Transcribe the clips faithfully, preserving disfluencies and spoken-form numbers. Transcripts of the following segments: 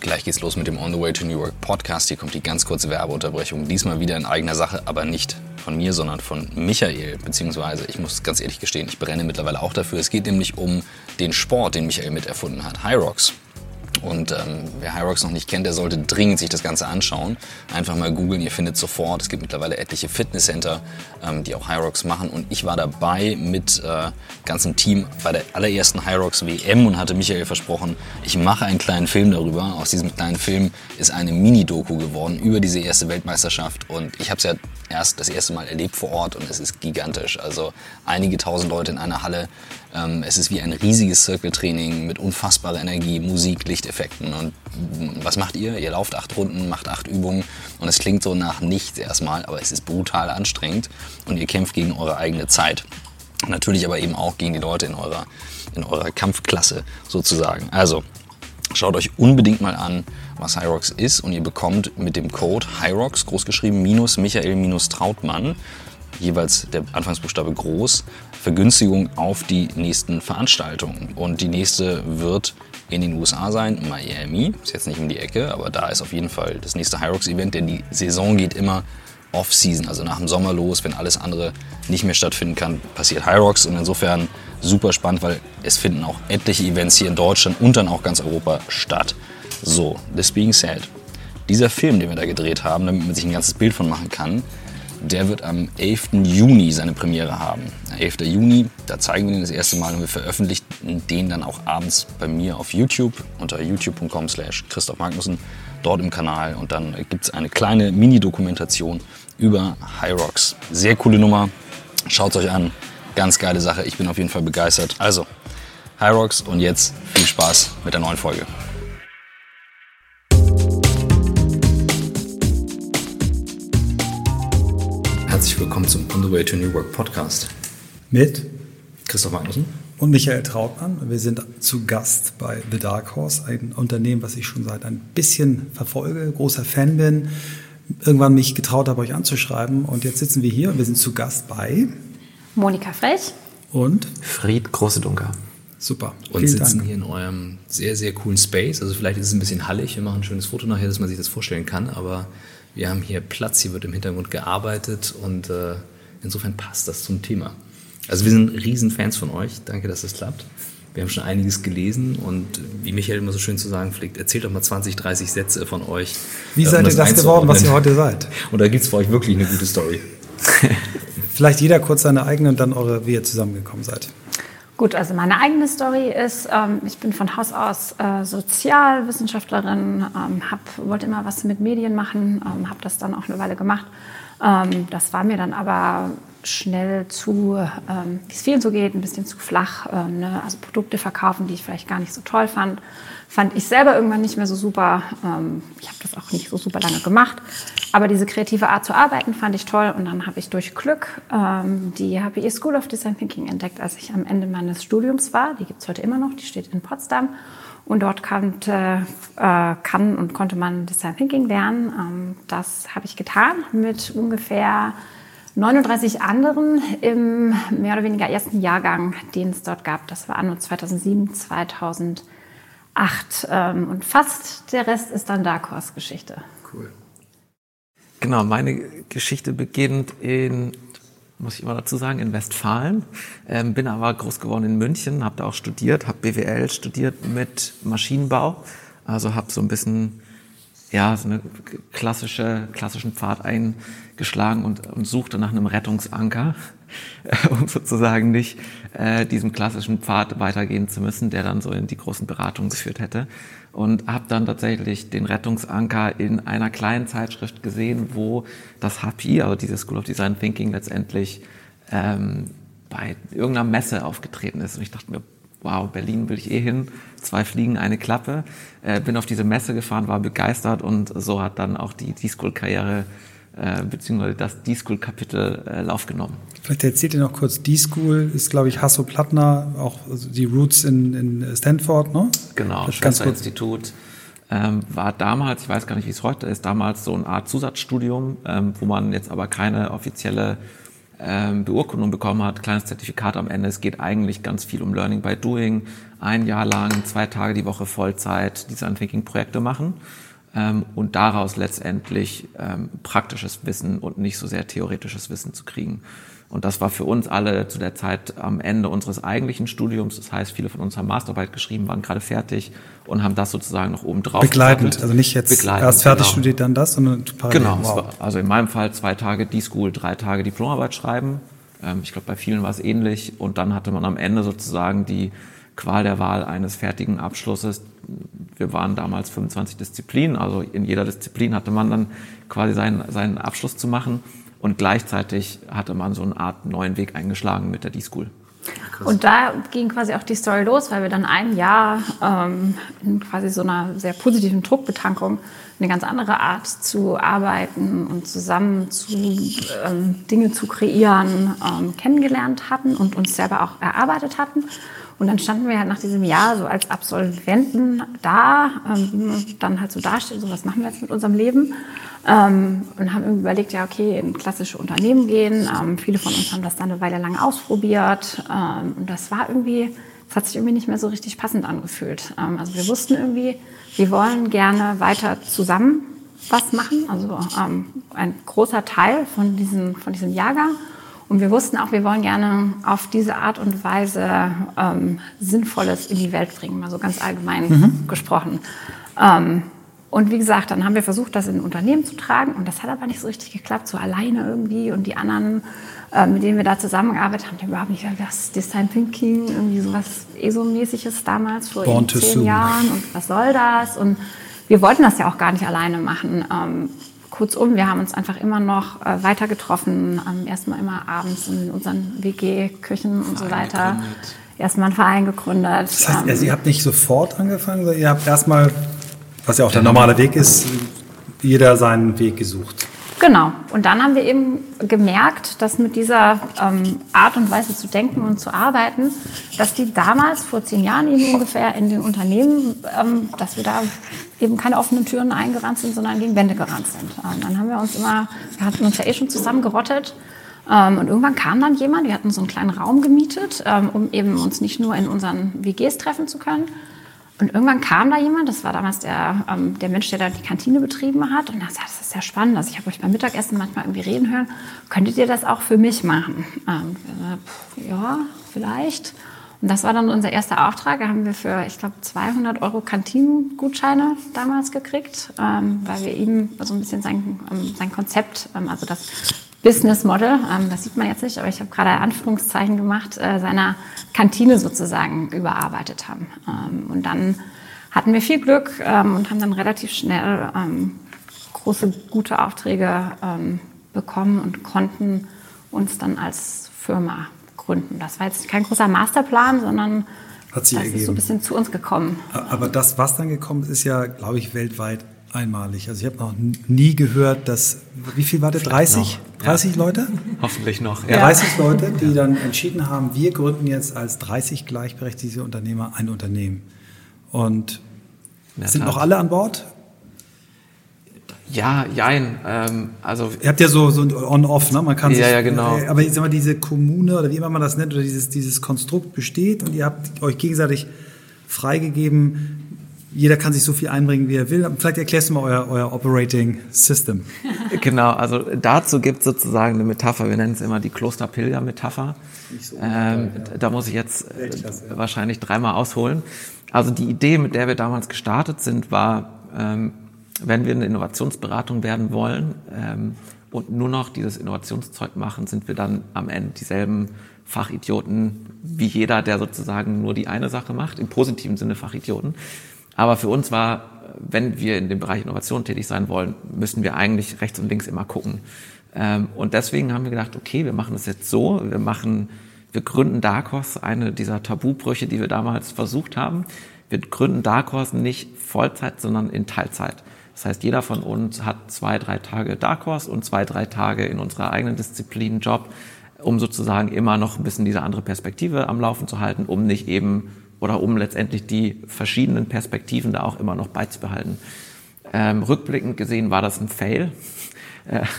Gleich geht's los mit dem On the Way to New Work Podcast. Hier kommt die ganz kurze Werbeunterbrechung. Diesmal wieder in eigener Sache, aber nicht von mir, sondern von Michael. Beziehungsweise, ich muss ganz ehrlich gestehen, ich brenne mittlerweile auch dafür. Es geht nämlich um den Sport, den Michael mit erfunden hat, Hyrox. Und ähm, wer Hyrox noch nicht kennt, der sollte dringend sich das Ganze anschauen. Einfach mal googeln, ihr findet sofort. Es gibt mittlerweile etliche Fitnesscenter, ähm, die auch Hyrox machen. Und ich war dabei mit äh, ganzem Team bei der allerersten Hyrox W M und hatte Michael versprochen, ich mache einen kleinen Film darüber. Aus diesem kleinen Film ist eine Mini-Doku geworden über diese erste Weltmeisterschaft. Und ich habe es ja erst das erste Mal erlebt vor Ort und es ist gigantisch. Also einige tausend Leute in einer Halle. Ähm, es ist wie ein riesiges Circle-Training mit unfassbarer Energie, Musik, Lichteffekten. Und was macht ihr? Ihr lauft acht Runden, macht acht Übungen und es klingt so nach nichts erstmal, aber es ist brutal anstrengend und ihr kämpft gegen eure eigene Zeit. Natürlich aber eben auch gegen die Leute in eurer, in eurer Kampfklasse sozusagen. Also schaut euch unbedingt mal an, was Hyrox ist und ihr bekommt mit dem Code Hyrox, großgeschrieben, minus Michael minus Trautmann, jeweils der Anfangsbuchstabe groß, Vergünstigung auf die nächsten Veranstaltungen. Und die nächste wird in den U S A sein, Miami, ist jetzt nicht um die Ecke, aber da ist auf jeden Fall das nächste Hyrox-Event, denn die Saison geht immer Off-Season, also nach dem Sommer los, wenn alles andere nicht mehr stattfinden kann, passiert Hyrox und insofern super spannend, weil es finden auch etliche Events hier in Deutschland und dann auch ganz Europa statt. So, this being said, dieser Film, den wir da gedreht haben, damit man sich ein ganzes Bild von machen kann, der wird am elften Juni seine Premiere haben. elften Juni, da zeigen wir den das erste Mal und wir veröffentlichen den dann auch abends bei mir auf YouTube unter youtube punkt com slash Christoph Magnussen, dort im Kanal. Und dann gibt es eine kleine Mini-Dokumentation über Hyrox. Sehr coole Nummer, schaut es euch an, ganz geile Sache, ich bin auf jeden Fall begeistert. Also, Hyrox und jetzt viel Spaß mit der neuen Folge. Herzlich willkommen zum On the Way to New Work Podcast. Mit Christoph Magnussen und Michael Trautmann. Wir sind zu Gast bei The Dark Horse, ein Unternehmen, was ich schon seit ein bisschen verfolge, großer Fan bin, irgendwann mich getraut habe, euch anzuschreiben. Und jetzt sitzen wir hier und wir sind zu Gast bei Monika Frech und Fried Große-Dunker. Super. Und Vielen sitzen Dank. hier in eurem sehr, sehr coolen Space. Also vielleicht ist es ein bisschen hallig. Wir machen ein schönes Foto nachher, dass man sich das vorstellen kann. Aber wir haben hier Platz, hier wird im Hintergrund gearbeitet und äh, insofern passt das zum Thema. Also wir sind riesen Fans von euch. Danke, dass das klappt. Wir haben schon einiges gelesen und wie Michael immer so schön zu sagen pflegt, erzählt doch mal zwanzig, dreißig Sätze von euch. Wie seid ihr das geworden, was ihr heute seid? Und da gibt es für euch wirklich eine gute Story. Vielleicht jeder kurz seine eigene und dann eure, wie ihr zusammengekommen seid. Gut, also meine eigene Story ist, ähm, ich bin von Haus aus äh, Sozialwissenschaftlerin, ähm, hab, wollte immer was mit Medien machen, ähm, habe das dann auch eine Weile gemacht. Ähm, das war mir dann aber schnell zu, ähm, wie es vielen so geht, ein bisschen zu flach. Ähm, ne? Also Produkte verkaufen, die ich vielleicht gar nicht so toll fand, fand ich selber irgendwann nicht mehr so super. Ähm, ich habe das auch nicht so super lange gemacht. Aber diese kreative Art zu arbeiten fand ich toll. Und dann habe ich durch Glück ähm, die H P E School of Design Thinking entdeckt, als ich am Ende meines Studiums war. Die gibt es heute immer noch, die steht in Potsdam. Und dort kannte, äh, kann und konnte man Design Thinking lernen. Ähm, das habe ich getan mit ungefähr neununddreißig anderen im mehr oder weniger ersten Jahrgang, den es dort gab. Das war anno zweitausendsieben, zweitausendacht. Ähm, und fast der Rest ist dann Dark Horse Geschichte. Cool. Genau, meine Geschichte beginnt in, muss ich immer dazu sagen, in Westfalen. Ähm, bin aber groß geworden in München, habe da auch studiert, habe B W L studiert mit Maschinenbau. Also habe so ein bisschen, ja, so eine klassische, klassischen Pfad eingeschlagen und, und suchte nach einem Rettungsanker, um sozusagen nicht äh, diesem klassischen Pfad weitergehen zu müssen, der dann so in die großen Beratungen geführt hätte. Und habe dann tatsächlich den Rettungsanker in einer kleinen Zeitschrift gesehen, wo das H P I, also diese School of Design Thinking, letztendlich ähm, bei irgendeiner Messe aufgetreten ist. Und ich dachte mir, wow, Berlin will ich eh hin, zwei Fliegen, eine Klappe. Äh, bin auf diese Messe gefahren, war begeistert und so hat dann auch die D-School-Karriere äh, beziehungsweise das D-School-Kapitel äh, Lauf genommen. Vielleicht erzählt ihr noch kurz, D-School ist, glaube ich, Hasso-Plattner, auch also die Roots in, in Stanford, ne? Genau, Schwester-Institut. Ähm, war damals, ich weiß gar nicht, wie es heute ist, damals so eine Art Zusatzstudium, ähm, wo man jetzt aber keine offizielle ähm, Beurkundung bekommen hat, kleines Zertifikat am Ende. Es geht eigentlich ganz viel um Learning by Doing, ein Jahr lang, zwei Tage die Woche Vollzeit Design Thinking Projekte machen ähm, und daraus letztendlich ähm, praktisches Wissen und nicht so sehr theoretisches Wissen zu kriegen. Und das war für uns alle zu der Zeit am Ende unseres eigentlichen Studiums. Das heißt, viele von uns haben Masterarbeit geschrieben, waren gerade fertig und haben das sozusagen noch oben drauf begleitend, gesattelt. Also nicht jetzt begleitend, erst fertig genau. studiert, dann das, sondern parallel. Genau, Wow. es war, also in meinem Fall zwei Tage D-School, drei Tage Diplomarbeit schreiben. Ähm, ich glaube, bei vielen war es ähnlich. Und dann hatte man am Ende sozusagen die Qual der Wahl eines fertigen Abschlusses. Wir waren damals fünfundzwanzig Disziplinen, also in jeder Disziplin hatte man dann quasi seinen, seinen Abschluss zu machen. Und gleichzeitig hatte man so eine Art neuen Weg eingeschlagen mit der D-School. Und da ging quasi auch die Story los, weil wir dann ein Jahr ähm, in quasi so einer sehr positiven Druckbetankung eine ganz andere Art zu arbeiten und zusammen zu ähm, Dinge zu kreieren ähm, kennengelernt hatten und uns selber auch erarbeitet hatten. Und dann standen wir halt nach diesem Jahr so als Absolventen da, ähm, wie man dann halt so dasteht, so was machen wir jetzt mit unserem Leben. Ähm, und haben irgendwie überlegt, ja okay, in klassische Unternehmen gehen. Ähm, viele von uns haben das dann eine Weile lang ausprobiert. Ähm, und das war irgendwie, das hat sich irgendwie nicht mehr so richtig passend angefühlt. Ähm, also wir wussten irgendwie, wir wollen gerne weiter zusammen was machen. Also ähm, ein großer Teil von diesem, von diesem Jahrgang. Und wir wussten auch, wir wollen gerne auf diese Art und Weise ähm, Sinnvolles in die Welt bringen, mal so ganz allgemein mhm. gesprochen. Ähm, und wie gesagt, dann haben wir versucht, das in ein Unternehmen zu tragen. Und das hat aber nicht so richtig geklappt, so alleine irgendwie. Und die anderen, äh, mit denen wir da zusammengearbeitet haben, die haben überhaupt nicht das Design Thinking, irgendwie sowas E S O-mäßiges damals vor Born to zehn Zoom. Jahren. Und was soll das? Und wir wollten das ja auch gar nicht alleine machen. Ähm, Kurzum, wir haben uns einfach immer noch äh, weiter getroffen, ähm, erstmal immer abends in unseren W G-Küchen und so weiter. Gegründet. Erstmal einen Verein gegründet. Das heißt, ähm, also ihr habt nicht sofort angefangen, sondern ihr habt erstmal, was ja auch der normale Weg ist, jeder seinen Weg gesucht. Genau. Und dann haben wir eben gemerkt, dass mit dieser ähm, Art und Weise zu denken und zu arbeiten, dass die damals, vor zehn Jahren eben ungefähr in den Unternehmen, ähm, dass wir da eben keine offenen Türen eingerannt sind, sondern gegen Wände gerannt sind. Und dann haben wir uns immer, wir hatten uns ja eh schon zusammengerottet. Ähm, und irgendwann kam dann jemand, wir hatten so einen kleinen Raum gemietet, ähm, um eben uns nicht nur in unseren W Gs treffen zu können. Und irgendwann kam da jemand, das war damals der, ähm, der Mensch, der da die Kantine betrieben hat. Und er sagte, das ist ja spannend, also ich habe euch beim Mittagessen manchmal irgendwie reden hören. Könntet ihr das auch für mich machen? Ähm, pff, ja, vielleicht. Und das war dann unser erster Auftrag. Da haben wir für, ich glaube, zweihundert Euro Kantinengutscheine damals gekriegt, ähm, weil wir ihm so ein bisschen sein, ähm, sein Konzept, ähm, also das Business Model, ähm, das sieht man jetzt nicht, aber ich habe gerade Anführungszeichen gemacht, äh, seiner Kantine sozusagen überarbeitet haben. Ähm, und dann hatten wir viel Glück ähm, und haben dann relativ schnell ähm, große, gute Aufträge ähm, bekommen und konnten uns dann als Firma gründen. Das war jetzt kein großer Masterplan, sondern Hat sich das ergeben. ist so ein bisschen zu uns gekommen. Aber das, was dann gekommen ist, ist ja, glaube ich, weltweit einmalig. Also ich habe noch nie gehört, dass, wie viel war das, dreißig? Noch, dreißig ja. Leute? Hoffentlich noch. Ja. dreißig Leute, die dann entschieden haben, wir gründen jetzt als dreißig gleichberechtigte Unternehmer ein Unternehmen. Und sind noch alle an Bord? Ja, jein. Ähm, also Ihr habt ja so, so ein On-Off, ne? Man kann sich, ja, ja, genau. Aber ich sag mal, diese Kommune oder wie immer man das nennt, oder dieses, dieses Konstrukt besteht und ihr habt euch gegenseitig freigegeben. Jeder kann sich so viel einbringen, wie er will. Vielleicht erklärst du mal euer, euer Operating System. Genau, also dazu gibt es sozusagen eine Metapher. Wir nennen es immer die Kloster-Pilger-Metapher. So ähm, ja. Da muss ich jetzt äh, wahrscheinlich dreimal ausholen. Also die Idee, mit der wir damals gestartet sind, war, ähm, wenn wir eine Innovationsberatung werden wollen ähm, und nur noch dieses Innovationszeug machen, sind wir dann am Ende dieselben Fachidioten wie jeder, der sozusagen nur die eine Sache macht, im positiven Sinne Fachidioten. Aber für uns war, wenn wir in dem Bereich Innovation tätig sein wollen, müssen wir eigentlich rechts und links immer gucken. Ähm, und deswegen haben wir gedacht, okay, wir machen das jetzt so, wir machen, wir gründen Dark Horse, eine dieser Tabubrüche, die wir damals versucht haben. Wir gründen Dark Horse nicht Vollzeit, sondern in Teilzeit. Das heißt, jeder von uns hat zwei, drei Tage Dark Horse und zwei, drei Tage in unserer eigenen Disziplin Job, um sozusagen immer noch ein bisschen diese andere Perspektive am Laufen zu halten, um nicht eben oder um letztendlich die verschiedenen Perspektiven da auch immer noch beizubehalten. Ähm, rückblickend gesehen war das ein Fail. Äh,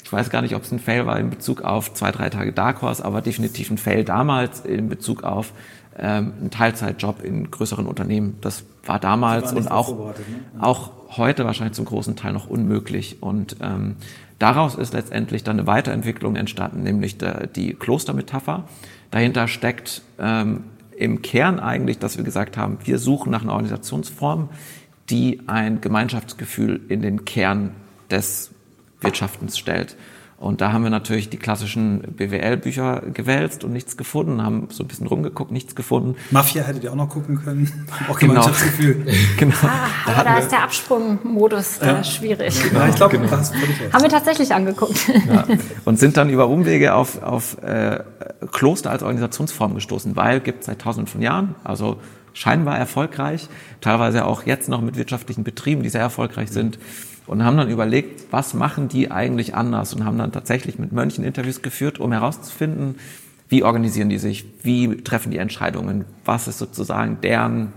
ich weiß gar nicht, ob es ein Fail war in Bezug auf zwei, drei Tage Dark Horse, aber definitiv ein Fail damals in Bezug auf ähm, einen Teilzeitjob in größeren Unternehmen. Das war damals und auch, ne? auch heute wahrscheinlich zum großen Teil noch unmöglich. Und ähm, daraus ist letztendlich dann eine Weiterentwicklung entstanden, nämlich der, die Klostermetapher. Dahinter steckt ähm, im Kern eigentlich, dass wir gesagt haben, wir suchen nach einer Organisationsform, die ein Gemeinschaftsgefühl in den Kern des Wirtschaftens stellt. Und da haben wir natürlich die klassischen B W L-Bücher gewälzt und nichts gefunden, haben so ein bisschen rumgeguckt, nichts gefunden. Mafia hättet ihr auch noch gucken können. Auch Genau. Gemeinschaftsgefühl. Genau. Ah, da aber da wir, ist der Absprungmodus äh, ja. schwierig. Ja, ich glaube, Genau. das ist völlig recht. Haben wir tatsächlich angeguckt. Ja. Und sind dann über Umwege auf, auf äh, Kloster als Organisationsform gestoßen, weil gibt es seit tausenden von Jahren, also scheinbar erfolgreich, teilweise auch jetzt noch mit wirtschaftlichen Betrieben, die sehr erfolgreich sind. Und haben dann überlegt, was machen die eigentlich anders und haben dann tatsächlich mit Mönchen Interviews geführt, um herauszufinden, wie organisieren die sich, wie treffen die Entscheidungen, was ist sozusagen deren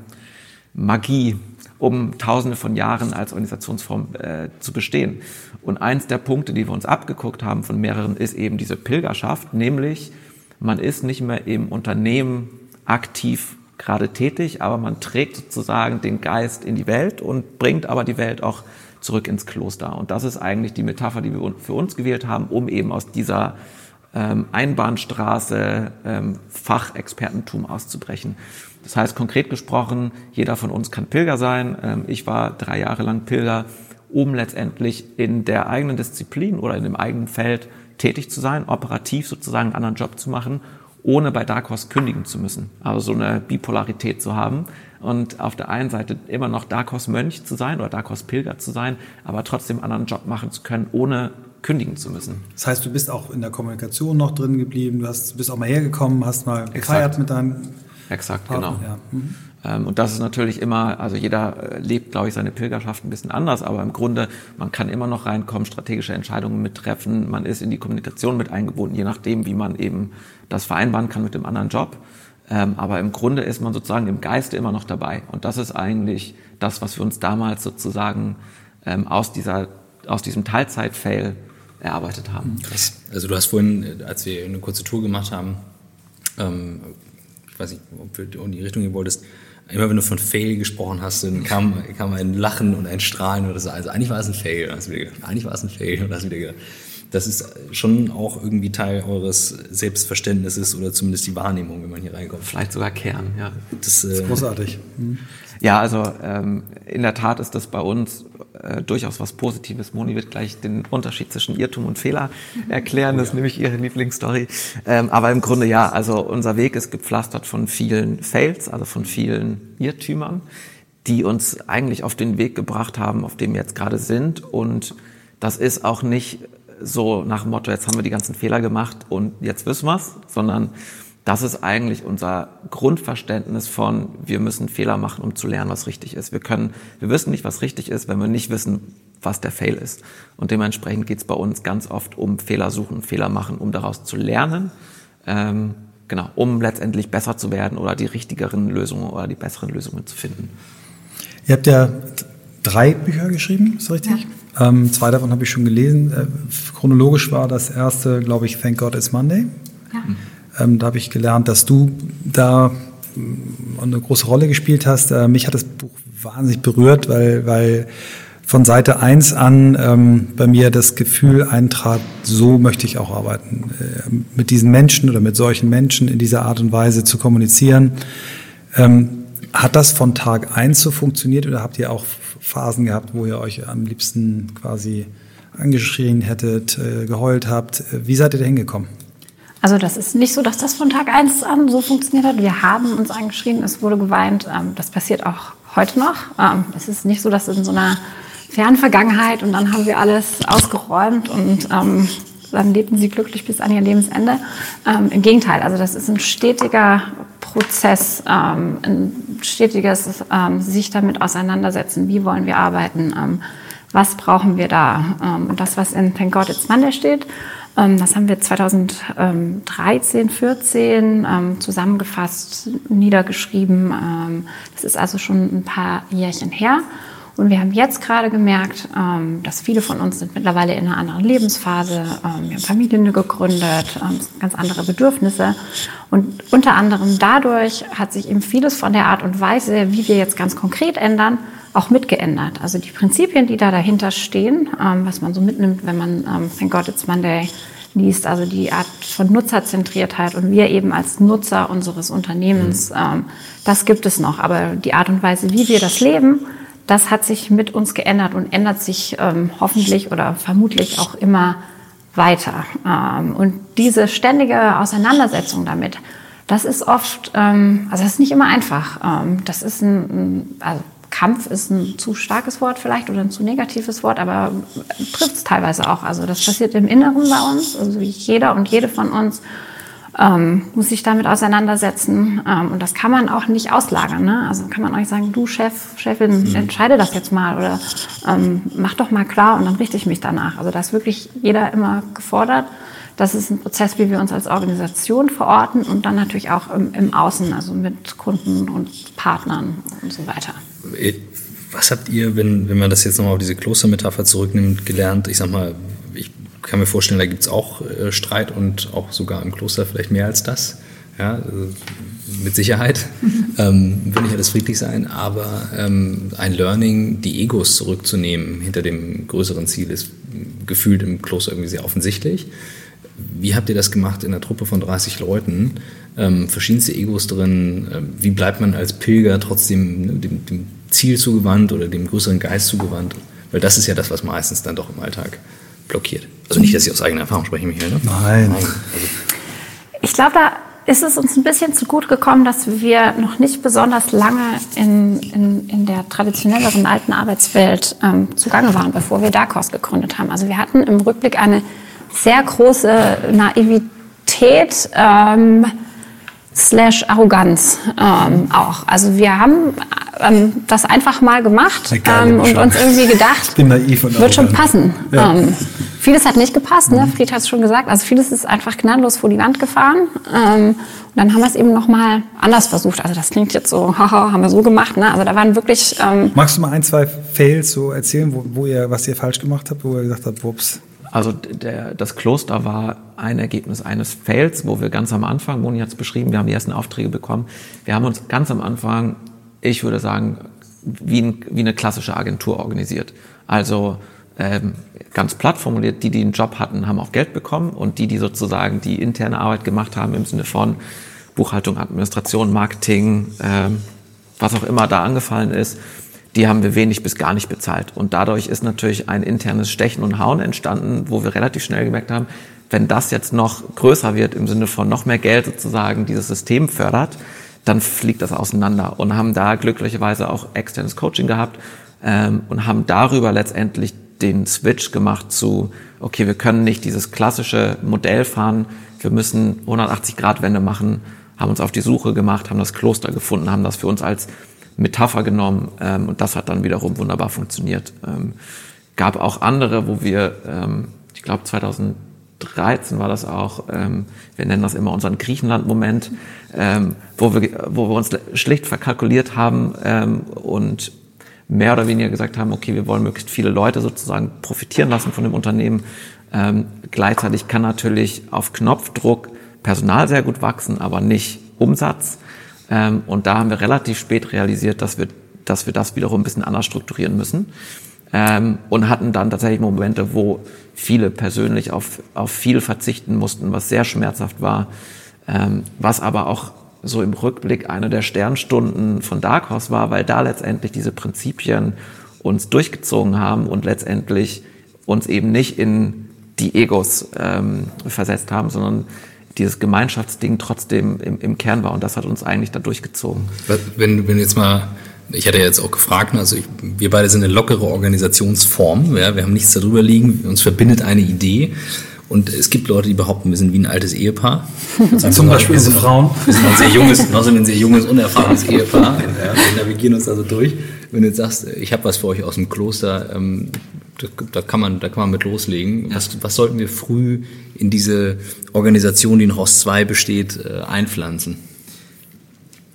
Magie, um tausende von Jahren als Organisationsform äh, zu bestehen. Und eins der Punkte, die wir uns abgeguckt haben von mehreren, ist eben diese Pilgerschaft, nämlich man ist nicht mehr im Unternehmen aktiv gerade tätig, aber man trägt sozusagen den Geist in die Welt und bringt aber die Welt auch zurück ins Kloster. Und das ist eigentlich die Metapher, die wir für uns gewählt haben, um eben aus dieser ähm, Einbahnstraße ähm, Fachexpertentum auszubrechen. Das heißt, konkret gesprochen, jeder von uns kann Pilger sein. Ähm, ich war drei Jahre lang Pilger, um letztendlich in der eigenen Disziplin oder in dem eigenen Feld tätig zu sein, operativ sozusagen einen anderen Job zu machen, ohne bei Dark Horse kündigen zu müssen. Also so eine Bipolarität zu haben und auf der einen Seite immer noch Dark Horse Mönch zu sein oder Dark Horse Pilger zu sein, aber trotzdem einen anderen Job machen zu können, ohne kündigen zu müssen. Das heißt, du bist auch in der Kommunikation noch drin geblieben, du hast, bist auch mal hergekommen, hast mal gefeiert mit deinem Exakt, Partner. genau. Ja. Mhm. Ähm, und das ist natürlich immer, also jeder äh, lebt, glaube ich, seine Pilgerschaft ein bisschen anders, aber im Grunde, man kann immer noch reinkommen, strategische Entscheidungen mittreffen, man ist in die Kommunikation mit eingebunden, je nachdem, wie man eben das vereinbaren kann mit dem anderen Job. Ähm, aber im Grunde ist man sozusagen im Geiste immer noch dabei. Und das ist eigentlich das, was wir uns damals sozusagen ähm, aus dieser, aus diesem Teilzeit-Fail erarbeitet haben. Krass. Also du hast vorhin, als wir eine kurze Tour gemacht haben, ähm, ich weiß nicht, ob du in die Richtung gehen wolltest, immer wenn du von Fail gesprochen hast, dann kam, kam ein Lachen und ein Strahlen oder so. Also eigentlich war es ein Fail. Und hast wieder gedacht, eigentlich war es ein Fail. Und hast wieder gedacht, das ist schon auch irgendwie Teil eures Selbstverständnisses oder zumindest die Wahrnehmung, wenn man hier reinkommt. Vielleicht sogar Kern, ja. Das Das, ist äh, großartig. Mhm. Ja, also ähm, in der Tat ist das bei uns äh, durchaus was Positives. Moni wird gleich den Unterschied zwischen Irrtum und Fehler erklären, das ist nämlich ihre Lieblingsstory. Ähm, aber im Grunde ja, also unser Weg ist gepflastert von vielen Fails, also von vielen Irrtümern, die uns eigentlich auf den Weg gebracht haben, auf dem wir jetzt gerade sind. Und das ist auch nicht so nach dem Motto, jetzt haben wir die ganzen Fehler gemacht und jetzt wissen wir's, sondern das ist eigentlich unser Grundverständnis von, wir müssen Fehler machen, um zu lernen, was richtig ist. Wir können, wir wissen nicht, was richtig ist, wenn wir nicht wissen, was der Fail ist. Und dementsprechend geht es bei uns ganz oft um Fehler suchen, Fehler machen, um daraus zu lernen, ähm, genau, um letztendlich besser zu werden oder die richtigeren Lösungen oder die besseren Lösungen zu finden. Ihr habt ja drei Bücher geschrieben, ist richtig? Ja. Ähm, zwei davon habe ich schon gelesen. Äh, chronologisch war das erste, glaube ich, Thank God It's Monday. Ja. Ähm, da habe ich gelernt, dass du da eine große Rolle gespielt hast. Äh, mich hat das Buch wahnsinnig berührt, weil, weil von Seite eins an ähm, bei mir das Gefühl eintrat, so möchte ich auch arbeiten. Äh, mit diesen Menschen oder mit solchen Menschen in dieser Art und Weise zu kommunizieren. Ähm, hat das von Tag eins so funktioniert oder habt ihr auch Phasen gehabt, wo ihr euch am liebsten quasi angeschrien hättet, äh, geheult habt? Wie seid ihr da hingekommen? Also das ist nicht so, dass das von Tag eins an so funktioniert hat. Wir haben uns angeschrien, es wurde geweint. Das passiert auch heute noch. Es ist nicht so, dass in so einer fernen Vergangenheit und dann haben wir alles ausgeräumt und ähm, dann lebten sie glücklich bis an ihr Lebensende. Ähm, Im Gegenteil, also das ist ein stetiger Prozess, ähm, ein stetiges ähm, sich damit auseinandersetzen. Wie wollen wir arbeiten? Ähm, was brauchen wir da? Ähm, und das, was in Thank God It's Monday steht, das haben wir zweitausenddreizehn, vierzehn ähm, zusammengefasst, niedergeschrieben. Ähm, das ist also schon ein paar Jährchen her. Und wir haben jetzt gerade gemerkt, ähm, dass viele von uns sind mittlerweile in einer anderen Lebensphase. Ähm, wir haben Familien gegründet, ähm, ganz andere Bedürfnisse. Und unter anderem dadurch hat sich eben vieles von der Art und Weise, wie wir jetzt ganz konkret ändern, auch mitgeändert. Also die Prinzipien, die da dahinter stehen, ähm, was man so mitnimmt, wenn man ähm, Thank God It's Monday liest, also die Art von Nutzerzentriertheit und wir eben als Nutzer unseres Unternehmens, ähm, das gibt es noch. Aber die Art und Weise, wie wir das leben, das hat sich mit uns geändert und ändert sich ähm, hoffentlich oder vermutlich auch immer weiter. Ähm, und diese ständige Auseinandersetzung damit, das ist oft, ähm, also das ist nicht immer einfach. Ähm, das ist ein, ein also Kampf ist ein zu starkes Wort vielleicht oder ein zu negatives Wort, aber trifft es teilweise auch. Also das passiert im Inneren bei uns. Also jeder und jede von uns ähm, muss sich damit auseinandersetzen. Ähm, und das kann man auch nicht auslagern. Ne? Also kann man auch nicht sagen, du Chef, Chefin, mhm. entscheide das jetzt mal oder ähm, mach doch mal klar und dann richte ich mich danach. Also da ist wirklich jeder immer gefordert. Das ist ein Prozess, wie wir uns als Organisation verorten und dann natürlich auch im, im Außen, also mit Kunden und Partnern und so weiter. Was habt ihr, wenn, wenn man das jetzt nochmal auf diese Klostermetapher zurücknimmt, gelernt? Ich sag mal, ich kann mir vorstellen, da gibt es auch äh, Streit und auch sogar im Kloster vielleicht mehr als das. Ja, also mit Sicherheit mhm. ähm, will nicht alles friedlich sein, aber ähm, ein Learning, die Egos zurückzunehmen hinter dem größeren Ziel, ist gefühlt im Kloster irgendwie sehr offensichtlich. Wie habt ihr das gemacht in einer Truppe von dreißig Leuten? Ähm, verschiedenste Egos drin. Ähm, wie bleibt man als Pilger trotzdem ne, dem, dem Ziel zugewandt oder dem größeren Geist zugewandt? Weil das ist ja das, was meistens dann doch im Alltag blockiert. Also nicht, dass ich aus eigener Erfahrung spreche, Michael. Ne? Nein. Nein. Also. Ich glaube, da ist es uns ein bisschen zu gut gekommen, dass wir noch nicht besonders lange in, in, in der traditionelleren alten Arbeitswelt ähm, zugange waren, bevor wir Dark Horse gegründet haben. Also wir hatten im Rückblick eine sehr große Naivität ähm, slash Arroganz ähm, auch. Also wir haben ähm, das einfach mal gemacht ähm, und uns irgendwie gedacht, ich bin naiv und wird schon passen. Ja. Ähm, vieles hat nicht gepasst, ne? Fried hat es schon gesagt. Also vieles ist einfach gnadenlos vor die Wand gefahren. Ähm, und dann haben wir es eben noch mal anders versucht. Also das klingt jetzt so, haha, haben wir so gemacht. Ne? Also da waren wirklich... Ähm, Magst du mal ein, zwei Fails so erzählen, wo, wo ihr, was ihr falsch gemacht habt, wo ihr gesagt habt, wups? Also der, das Kloster war ein Ergebnis eines Fails, wo wir ganz am Anfang, Moni hat es beschrieben, wir haben die ersten Aufträge bekommen. Wir haben uns ganz am Anfang, ich würde sagen, wie, ein, wie eine klassische Agentur organisiert. Also ähm, ganz platt formuliert, die, die einen Job hatten, haben auch Geld bekommen und die, die sozusagen die interne Arbeit gemacht haben im Sinne von Buchhaltung, Administration, Marketing, ähm, was auch immer da angefallen ist, die haben wir wenig bis gar nicht bezahlt. Und dadurch ist natürlich ein internes Stechen und Hauen entstanden, wo wir relativ schnell gemerkt haben, wenn das jetzt noch größer wird, im Sinne von noch mehr Geld sozusagen dieses System fördert, dann fliegt das auseinander. Und haben da glücklicherweise auch externes Coaching gehabt ähm, und haben darüber letztendlich den Switch gemacht zu, okay, wir können nicht dieses klassische Modell fahren, wir müssen hundertachtzig Grad Wende machen, haben uns auf die Suche gemacht, haben das Kloster gefunden, haben das für uns als Metapher genommen ähm, und das hat dann wiederum wunderbar funktioniert. Ähm, gab auch andere, wo wir, ähm, ich glaube zweitausenddreizehn war das auch, ähm, wir nennen das immer unseren Griechenland-Moment, ähm, wo wir wo wir uns schlicht verkalkuliert haben ähm, und mehr oder weniger gesagt haben, okay, wir wollen möglichst viele Leute sozusagen profitieren lassen von dem Unternehmen. Ähm, gleichzeitig kann natürlich auf Knopfdruck Personal sehr gut wachsen, aber nicht Umsatz. Ähm, und da haben wir relativ spät realisiert, dass wir, dass wir das wiederum ein bisschen anders strukturieren müssen. Ähm, und hatten dann tatsächlich Momente, wo viele persönlich auf, auf viel verzichten mussten, was sehr schmerzhaft war, ähm, was aber auch so im Rückblick eine der Sternstunden von Dark Horse war, weil da letztendlich diese Prinzipien uns durchgezogen haben und letztendlich uns eben nicht in die Egos ähm, versetzt haben, sondern dieses Gemeinschaftsding trotzdem im, im Kern war und das hat uns eigentlich da durchgezogen. Wenn, wenn jetzt mal, ich hatte ja jetzt auch gefragt, also ich, wir beide sind eine lockere Organisationsform, ja, wir haben nichts darüber liegen, uns verbindet eine Idee und es gibt Leute, die behaupten, wir sind wie ein altes Ehepaar. Zum Beispiel unsere Frauen. Wir sind ein sehr junges, noch sind ein sehr junges, unerfahrenes Ehepaar, ja, wir navigieren uns also durch. Wenn du jetzt sagst, ich habe was für euch aus dem Kloster, ähm, da, da, kann man, da kann man mit loslegen. Ja. Was, was sollten wir früh in diese Organisation, die noch aus zwei besteht, äh, einpflanzen?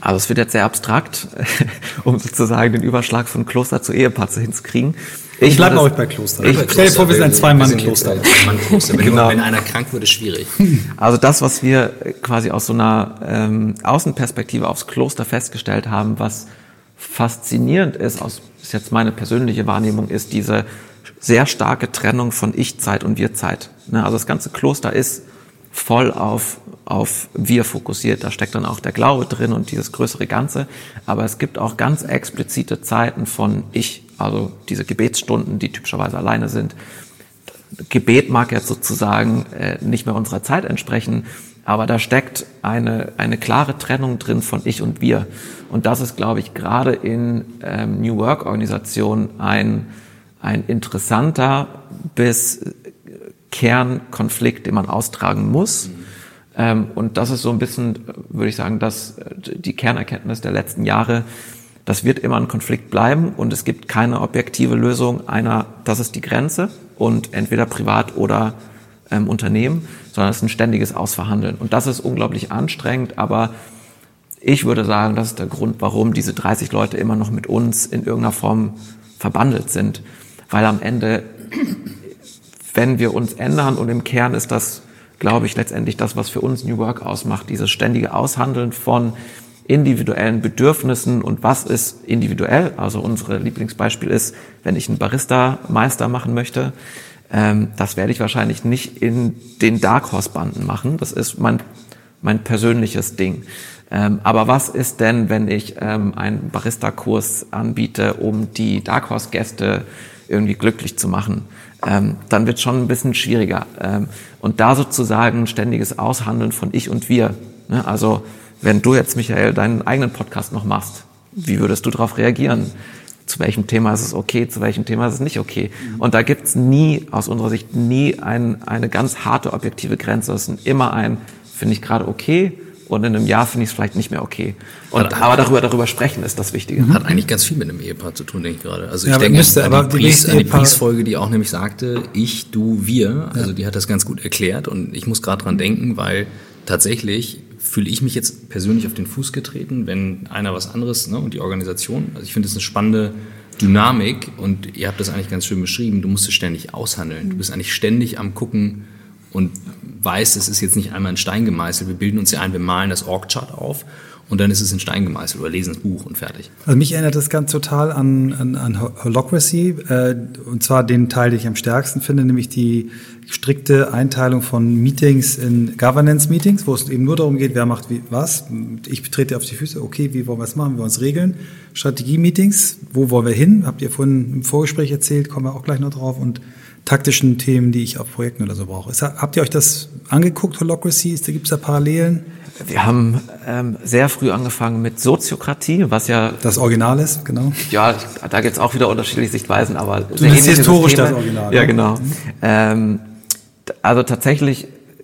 Also es wird jetzt sehr abstrakt, um sozusagen den Überschlag von Kloster zu Ehepaar hinzukriegen. Ich bleibe bei euch bei Kloster. Ich stell dir vor, wir sind ein Zwei-Mann-Kloster. Wenn, genau. wenn einer krank wird, ist schwierig. Also das, was wir quasi aus so einer ähm, Außenperspektive aufs Kloster festgestellt haben, was faszinierend ist, aus, ist jetzt meine persönliche Wahrnehmung, ist diese sehr starke Trennung von Ich-Zeit und Wir-Zeit. Ne? Also das ganze Kloster ist voll auf, auf Wir fokussiert. Da steckt dann auch der Glaube drin und dieses größere Ganze. Aber es gibt auch ganz explizite Zeiten von Ich, also diese Gebetsstunden, die typischerweise alleine sind. Gebet mag jetzt sozusagen äh, nicht mehr unserer Zeit entsprechen, aber da steckt eine, eine klare Trennung drin von Ich und Wir. Und das ist, glaube ich, gerade in ähm, New Work-Organisationen ein, ein interessanter bis Kernkonflikt, den man austragen muss. Mhm. Ähm, und das ist so ein bisschen, würde ich sagen, dass die Kernerkenntnis der letzten Jahre, das wird immer ein Konflikt bleiben und es gibt keine objektive Lösung einer, das ist die Grenze und entweder privat oder ähm, Unternehmen, sondern es ist ein ständiges Ausverhandeln. Und das ist unglaublich anstrengend, aber ich würde sagen, das ist der Grund, warum diese dreißig Leute immer noch mit uns in irgendeiner Form verbandelt sind. Weil am Ende, wenn wir uns ändern und im Kern ist das, glaube ich, letztendlich das, was für uns New Work ausmacht, dieses ständige Aushandeln von individuellen Bedürfnissen und was ist individuell. Also unser Lieblingsbeispiel ist, wenn ich einen Barista-Meister machen möchte, ähm, das werde ich wahrscheinlich nicht in den Dark Horse-Banden machen. Das ist mein, mein persönliches Ding. Ähm, aber was ist denn, wenn ich ähm, einen Barista-Kurs anbiete, um die Dark Horse-Gäste irgendwie glücklich zu machen? Ähm, dann wird es schon ein bisschen schwieriger. Ähm, und da sozusagen ein ständiges Aushandeln von Ich und Wir. Ne? Also wenn du jetzt, Michael, deinen eigenen Podcast noch machst, wie würdest du darauf reagieren? Zu welchem Thema ist es okay, zu welchem Thema ist es nicht okay? Und da gibt's nie, aus unserer Sicht, nie ein, eine ganz harte, objektive Grenze. Es ist immer ein, finde ich gerade okay, und in einem Jahr finde ich es vielleicht nicht mehr okay. Und, hat, aber darüber, darüber sprechen ist das Wichtige. Hat eigentlich ganz viel mit einem Ehepaar zu tun, denke ich gerade. Also ich ja, denke müsste, an, aber die Priest, die an die Priestfolge, die auch nämlich sagte, ich, du, wir. Also ja. Die hat das ganz gut erklärt und ich muss gerade dran denken, weil tatsächlich fühle ich mich jetzt persönlich auf den Fuß getreten, wenn einer was anderes, ne, und die Organisation. Also ich finde, das ist eine spannende Dynamik und ihr habt das eigentlich ganz schön beschrieben. Du musst es ständig aushandeln. Du bist eigentlich ständig am Gucken und weißt, es ist jetzt nicht einmal in Stein gemeißelt. Wir bilden uns ja ein, wir malen das Org-Chart auf und dann ist es in Stein gemeißelt oder lesen das Buch und fertig. Also mich erinnert das ganz total an, an, an Holacracy, äh, und zwar den Teil, den ich am stärksten finde, nämlich die strikte Einteilung von Meetings in Governance-Meetings, wo es eben nur darum geht, wer macht wie, was. Ich trete auf die Füße, okay, wie wollen wir es machen, wie wollen wir es regeln. Strategie-Meetings, wo wollen wir hin, habt ihr vorhin im Vorgespräch erzählt, kommen wir auch gleich noch drauf, und taktischen Themen, die ich auf Projekten oder so brauche. Ist, habt ihr euch das angeguckt, Holacracy? Gibt es da Parallelen? Wir haben ähm, sehr früh angefangen mit Soziokratie, was ja... Das Original ist, genau. Ja, ich, da gibt es auch wieder unterschiedliche Sichtweisen, aber... Du bist historisch das Original. Ja, genau. Mhm. Ähm, also tatsächlich,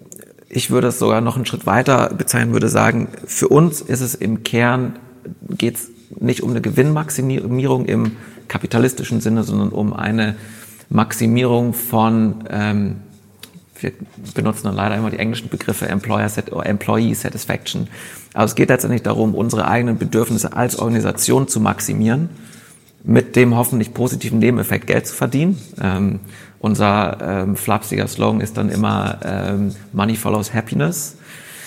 ich würde es sogar noch einen Schritt weiter bezeichnen, würde sagen, für uns ist es im Kern, geht es nicht um eine Gewinnmaximierung im kapitalistischen Sinne, sondern um eine Maximierung von, ähm, wir benutzen dann leider immer die englischen Begriffe Employer Set oder Employee Satisfaction. Aber es geht letztendlich darum, unsere eigenen Bedürfnisse als Organisation zu maximieren, mit dem hoffentlich positiven Nebeneffekt Geld zu verdienen. Ähm, unser ähm, flapsiger Slogan ist dann immer ähm, Money follows Happiness.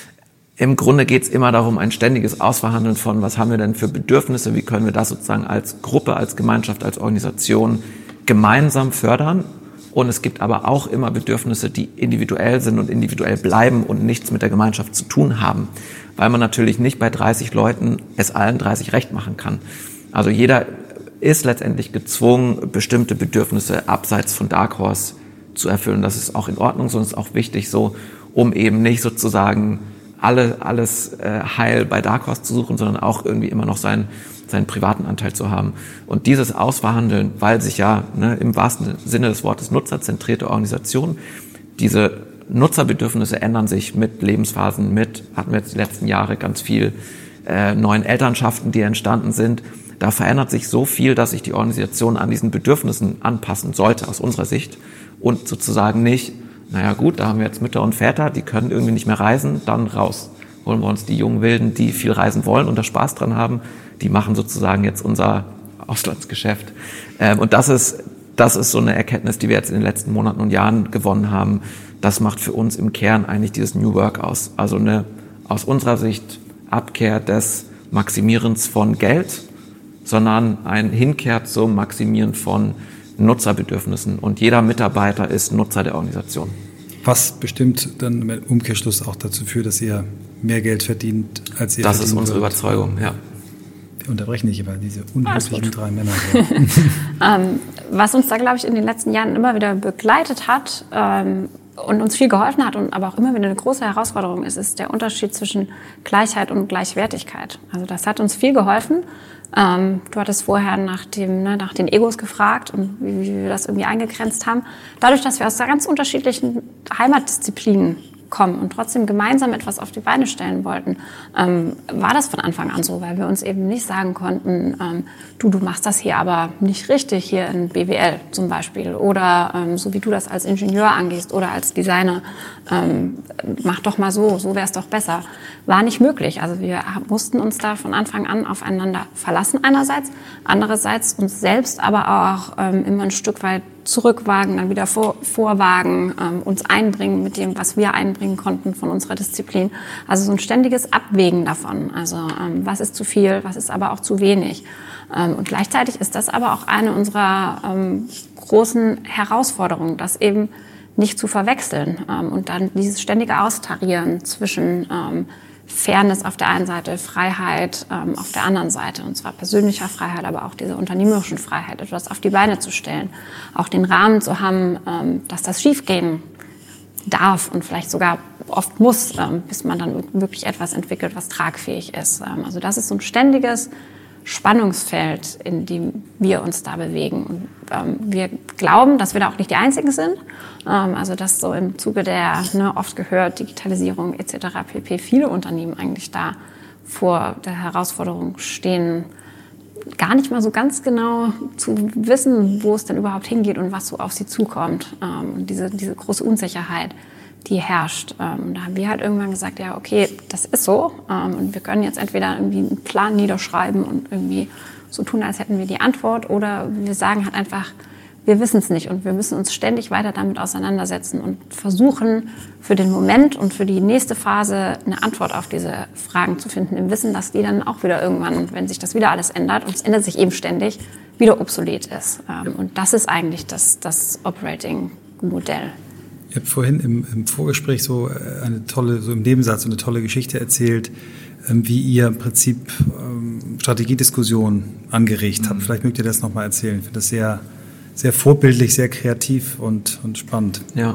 Im Grunde geht es immer darum, ein ständiges Ausverhandeln von, was haben wir denn für Bedürfnisse, wie können wir das sozusagen als Gruppe, als Gemeinschaft, als Organisation gemeinsam fördern. Und es gibt aber auch immer Bedürfnisse, die individuell sind und individuell bleiben und nichts mit der Gemeinschaft zu tun haben, weil man natürlich nicht bei dreißig Leuten es allen dreißig recht machen kann. Also jeder ist letztendlich gezwungen, bestimmte Bedürfnisse abseits von Dark Horse zu erfüllen. Das ist auch in Ordnung, sondern ist auch wichtig so, um eben nicht sozusagen alle, alles äh, heil bei Dark Horse zu suchen, sondern auch irgendwie immer noch seinen, seinen privaten Anteil zu haben. Und dieses Ausverhandeln, weil sich ja ne, im wahrsten Sinne des Wortes nutzerzentrierte Organisation, diese Nutzerbedürfnisse ändern sich mit Lebensphasen, mit, hatten wir jetzt die letzten Jahre ganz viel äh, neuen Elternschaften, die entstanden sind. Da verändert sich so viel, dass sich die Organisation an diesen Bedürfnissen anpassen sollte, aus unserer Sicht. Und sozusagen nicht, naja gut, da haben wir jetzt Mütter und Väter, die können irgendwie nicht mehr reisen, dann raus. holen wir uns die jungen Wilden, die viel reisen wollen und da Spaß dran haben. Die machen sozusagen jetzt unser Auslandsgeschäft. Ähm, und das ist, das ist so eine Erkenntnis, die wir jetzt in den letzten Monaten und Jahren gewonnen haben. Das macht für uns im Kern eigentlich dieses New Work aus. Also eine, aus unserer Sicht, Abkehr des Maximierens von Geld, sondern ein Hinkehr zum Maximieren von Nutzerbedürfnissen. Und jeder Mitarbeiter ist Nutzer der Organisation. Was bestimmt dann im Umkehrschluss auch dazu führt, dass ihr mehr Geld verdient, als ihr Das ist verdienen unsere würdet. Überzeugung, ja. Wir unterbrechen nicht immer diese unhöflichen drei Männer. ähm, was uns da, glaube ich, in den letzten Jahren immer wieder begleitet hat ähm, und uns viel geholfen hat und aber auch immer wieder eine große Herausforderung ist, ist der Unterschied zwischen Gleichheit und Gleichwertigkeit. Also das hat uns viel geholfen. Ähm, du hattest vorher nach, dem, ne, nach den Egos gefragt und wie, wie wir das irgendwie eingegrenzt haben. Dadurch, dass wir aus ganz unterschiedlichen Heimatdisziplinen kommen und trotzdem gemeinsam etwas auf die Beine stellen wollten, ähm, war das von Anfang an so, weil wir uns eben nicht sagen konnten, ähm, du, du machst das hier aber nicht richtig, hier in B W L zum Beispiel, oder ähm, so wie du das als Ingenieur angehst oder als Designer, ähm, mach doch mal so, so wäre es doch besser. War nicht möglich. Also wir mussten uns da von Anfang an aufeinander verlassen einerseits, andererseits uns selbst aber auch ähm, immer ein Stück weit zurückwagen, dann wieder vor, vorwagen, ähm, uns einbringen mit dem, was wir einbringen konnten von unserer Disziplin. Also so ein ständiges Abwägen davon. Also ähm, was ist zu viel, was ist aber auch zu wenig. Ähm, und gleichzeitig ist das aber auch eine unserer ähm, großen Herausforderungen, das eben nicht zu verwechseln ähm, und dann dieses ständige Austarieren zwischen ähm, Fairness auf der einen Seite, Freiheit ähm, auf der anderen Seite, und zwar persönlicher Freiheit, aber auch diese unternehmerischen Freiheit, etwas auf die Beine zu stellen, auch den Rahmen zu haben, ähm, dass das schiefgehen darf und vielleicht sogar oft muss, ähm, bis man dann wirklich etwas entwickelt, was tragfähig ist. Ähm, also das ist so ein ständiges Spannungsfeld, in dem wir uns da bewegen. Und ähm, wir glauben, dass wir da auch nicht die Einzigen sind. Ähm, also dass so im Zuge der, ne, oft gehört, Digitalisierung et cetera pp. Viele Unternehmen eigentlich da vor der Herausforderung stehen, gar nicht mal so ganz genau zu wissen, wo es denn überhaupt hingeht und was so auf sie zukommt. Ähm, und diese, diese große Unsicherheit, die herrscht. Ähm, da haben wir halt irgendwann gesagt, ja, okay, das ist so. Ähm, und wir können jetzt entweder irgendwie einen Plan niederschreiben und irgendwie so tun, als hätten wir die Antwort, oder wir sagen halt einfach, wir wissen es nicht und wir müssen uns ständig weiter damit auseinandersetzen und versuchen, für den Moment und für die nächste Phase eine Antwort auf diese Fragen zu finden, im Wissen, dass die dann auch wieder irgendwann, wenn sich das wieder alles ändert, und es ändert sich eben ständig, wieder obsolet ist. Ähm, und das ist eigentlich das, das Operating-Modell. Ich habe vorhin im, im Vorgespräch so eine tolle, so im Nebensatz so eine tolle Geschichte erzählt, wie ihr im Prinzip ähm, Strategiediskussionen angeregt habt. Mhm. Vielleicht mögt ihr das nochmal erzählen. Ich finde das sehr, sehr vorbildlich, sehr kreativ und, und spannend. Ja.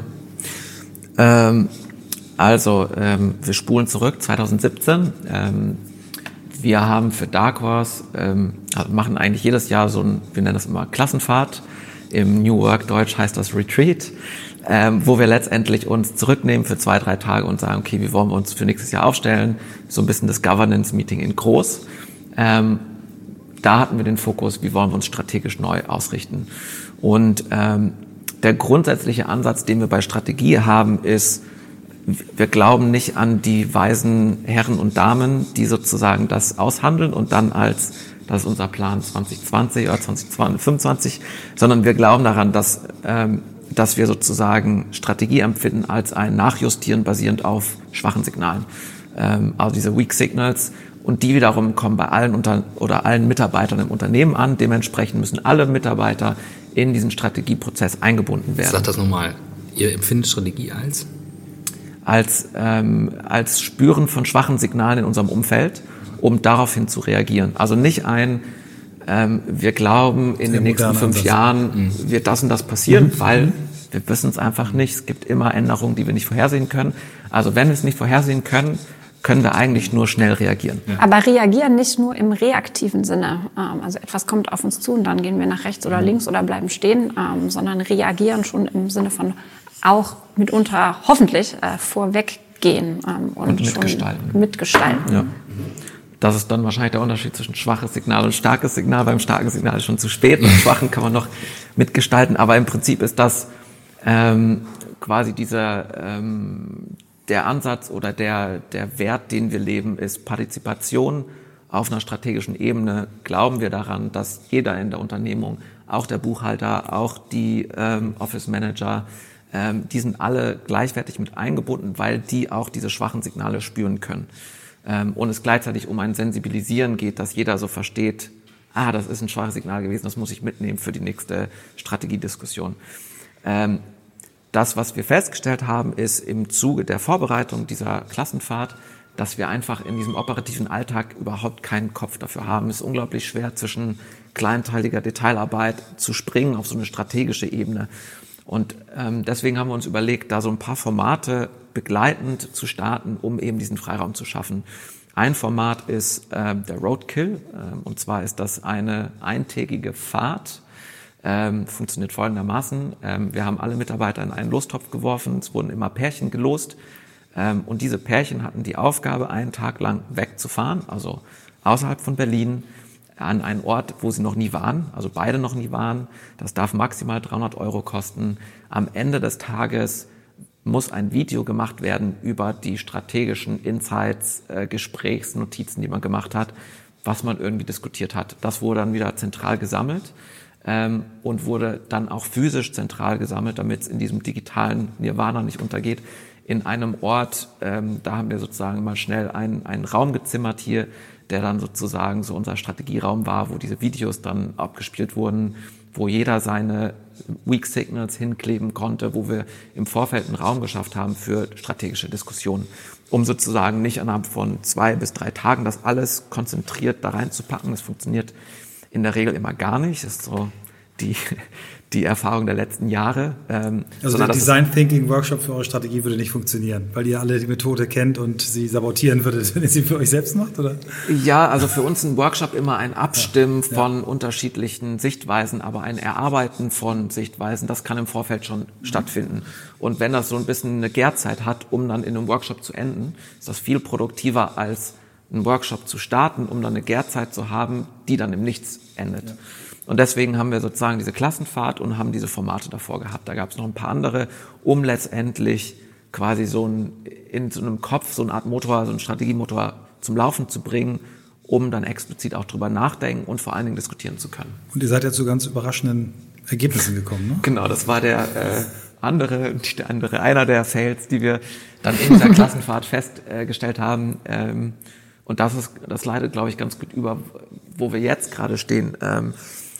Ähm, also, ähm, wir spulen zurück, zwanzig siebzehn. Ähm, wir haben für Dark Horse, ähm, machen eigentlich jedes Jahr so ein, wir nennen das immer Klassenfahrt. Im New Work Deutsch heißt das Retreat. Ähm, wo wir letztendlich uns zurücknehmen für zwei, drei Tage und sagen, okay, wie wollen wir uns für nächstes Jahr aufstellen? So ein bisschen das Governance-Meeting in groß. Ähm, da hatten wir den Fokus, wie wollen wir uns strategisch neu ausrichten? Und ähm, der grundsätzliche Ansatz, den wir bei Strategie haben, ist, wir glauben nicht an die weisen Herren und Damen, die sozusagen das aushandeln und dann als, das ist unser Plan zwanzig zwanzig oder zwanzig fünfundzwanzig, sondern wir glauben daran, dass ähm, dass wir sozusagen Strategie empfinden als ein Nachjustieren basierend auf schwachen Signalen. Ähm, also diese Weak Signals, und die wiederum kommen bei allen unter, oder allen Mitarbeitern im Unternehmen an. Dementsprechend müssen alle Mitarbeiter in diesen Strategieprozess eingebunden werden. Sag das nochmal. Ihr empfindet Strategie als? Als, ähm, als Spüren von schwachen Signalen in unserem Umfeld, um daraufhin zu reagieren. Also nicht ein Ähm, wir glauben, in den nächsten fünf Ansatz. Jahren mhm. wird das und das passieren, mhm. weil wir wissen es einfach nicht. Es gibt immer Änderungen, die wir nicht vorhersehen können. Also wenn wir es nicht vorhersehen können, können wir eigentlich nur schnell reagieren. Ja. Aber reagieren nicht nur im reaktiven Sinne. Also etwas kommt auf uns zu und dann gehen wir nach rechts oder links oder bleiben stehen, sondern reagieren schon im Sinne von auch mitunter hoffentlich vorweggehen und, und mitgestalten. Schon mitgestalten. Ja. Das ist dann wahrscheinlich der Unterschied zwischen schwaches Signal und starkes Signal. Beim starken Signal ist schon zu spät, beim schwachen kann man noch mitgestalten. Aber im Prinzip ist das ähm, quasi dieser ähm, der Ansatz oder der, der Wert, den wir leben, ist Partizipation auf einer strategischen Ebene. Glauben wir daran, dass jeder in der Unternehmung, auch der Buchhalter, auch die ähm, Office Manager, ähm, die sind alle gleichwertig mit eingebunden, weil die auch diese schwachen Signale spüren können. Ähm, und es gleichzeitig um ein Sensibilisieren geht, dass jeder so versteht, ah, das ist ein schwaches Signal gewesen, das muss ich mitnehmen für die nächste Strategiediskussion. Ähm, das, was wir festgestellt haben, ist im Zuge der Vorbereitung dieser Klassenfahrt, dass wir einfach in diesem operativen Alltag überhaupt keinen Kopf dafür haben. Es ist unglaublich schwer, zwischen kleinteiliger Detailarbeit zu springen auf so eine strategische Ebene. Und ähm, deswegen haben wir uns überlegt, da so ein paar Formate begleitend zu starten, um eben diesen Freiraum zu schaffen. Ein Format ist äh, der Roadkill, äh, und zwar ist das eine eintägige Fahrt. Ähm, funktioniert folgendermaßen. Ähm, wir haben alle Mitarbeiter in einen Lostopf geworfen, es wurden immer Pärchen gelost. Ähm, und diese Pärchen hatten die Aufgabe, einen Tag lang wegzufahren, also außerhalb von Berlin, an einen Ort, wo sie noch nie waren, also beide noch nie waren. Das darf maximal dreihundert Euro kosten. Am Ende des Tages muss ein Video gemacht werden über die strategischen Insights, äh, Gesprächsnotizen, die man gemacht hat, was man irgendwie diskutiert hat. Das wurde dann wieder zentral gesammelt ähm, und wurde dann auch physisch zentral gesammelt, damit es in diesem digitalen Nirvana nicht untergeht. In einem Ort, ähm, da haben wir sozusagen mal schnell einen, einen Raum gezimmert hier, der dann sozusagen so unser Strategieraum war, wo diese Videos dann abgespielt wurden, wo jeder seine Weak Signals hinkleben konnte, wo wir im Vorfeld einen Raum geschafft haben für strategische Diskussionen, um sozusagen nicht innerhalb von zwei bis drei Tagen das alles konzentriert da reinzupacken. Das funktioniert in der Regel immer gar nicht. Das ist so die, die Erfahrung der letzten Jahre. Ähm, also der Design Thinking Workshop für eure Strategie würde nicht funktionieren, weil ihr alle die Methode kennt und sie sabotieren würdet, wenn ihr sie für euch selbst macht, oder? Ja, also für uns ein Workshop immer ein Abstimmen ja, von ja. unterschiedlichen Sichtweisen, aber ein Erarbeiten von Sichtweisen, das kann im Vorfeld schon mhm. stattfinden. Und wenn das so ein bisschen eine Gärzeit hat, um dann in einem Workshop zu enden, ist das viel produktiver als einen Workshop zu starten, um dann eine Gärzeit zu haben, die dann im Nichts endet. Ja. Und deswegen haben wir sozusagen diese Klassenfahrt und haben diese Formate davor gehabt. Da gab es noch ein paar andere, um letztendlich quasi so ein, in so einem Kopf so eine Art Motor, so einen Strategiemotor zum Laufen zu bringen, um dann explizit auch drüber nachdenken und vor allen Dingen diskutieren zu können. Und ihr seid ja zu ganz überraschenden Ergebnissen gekommen, ne? Genau, das war der äh, andere, nicht der andere, einer der Fails, die wir dann in dieser Klassenfahrt festgestellt äh, haben. Ähm, und das ist, das leitet, glaube ich, ganz gut über, wo wir jetzt gerade stehen. Ähm,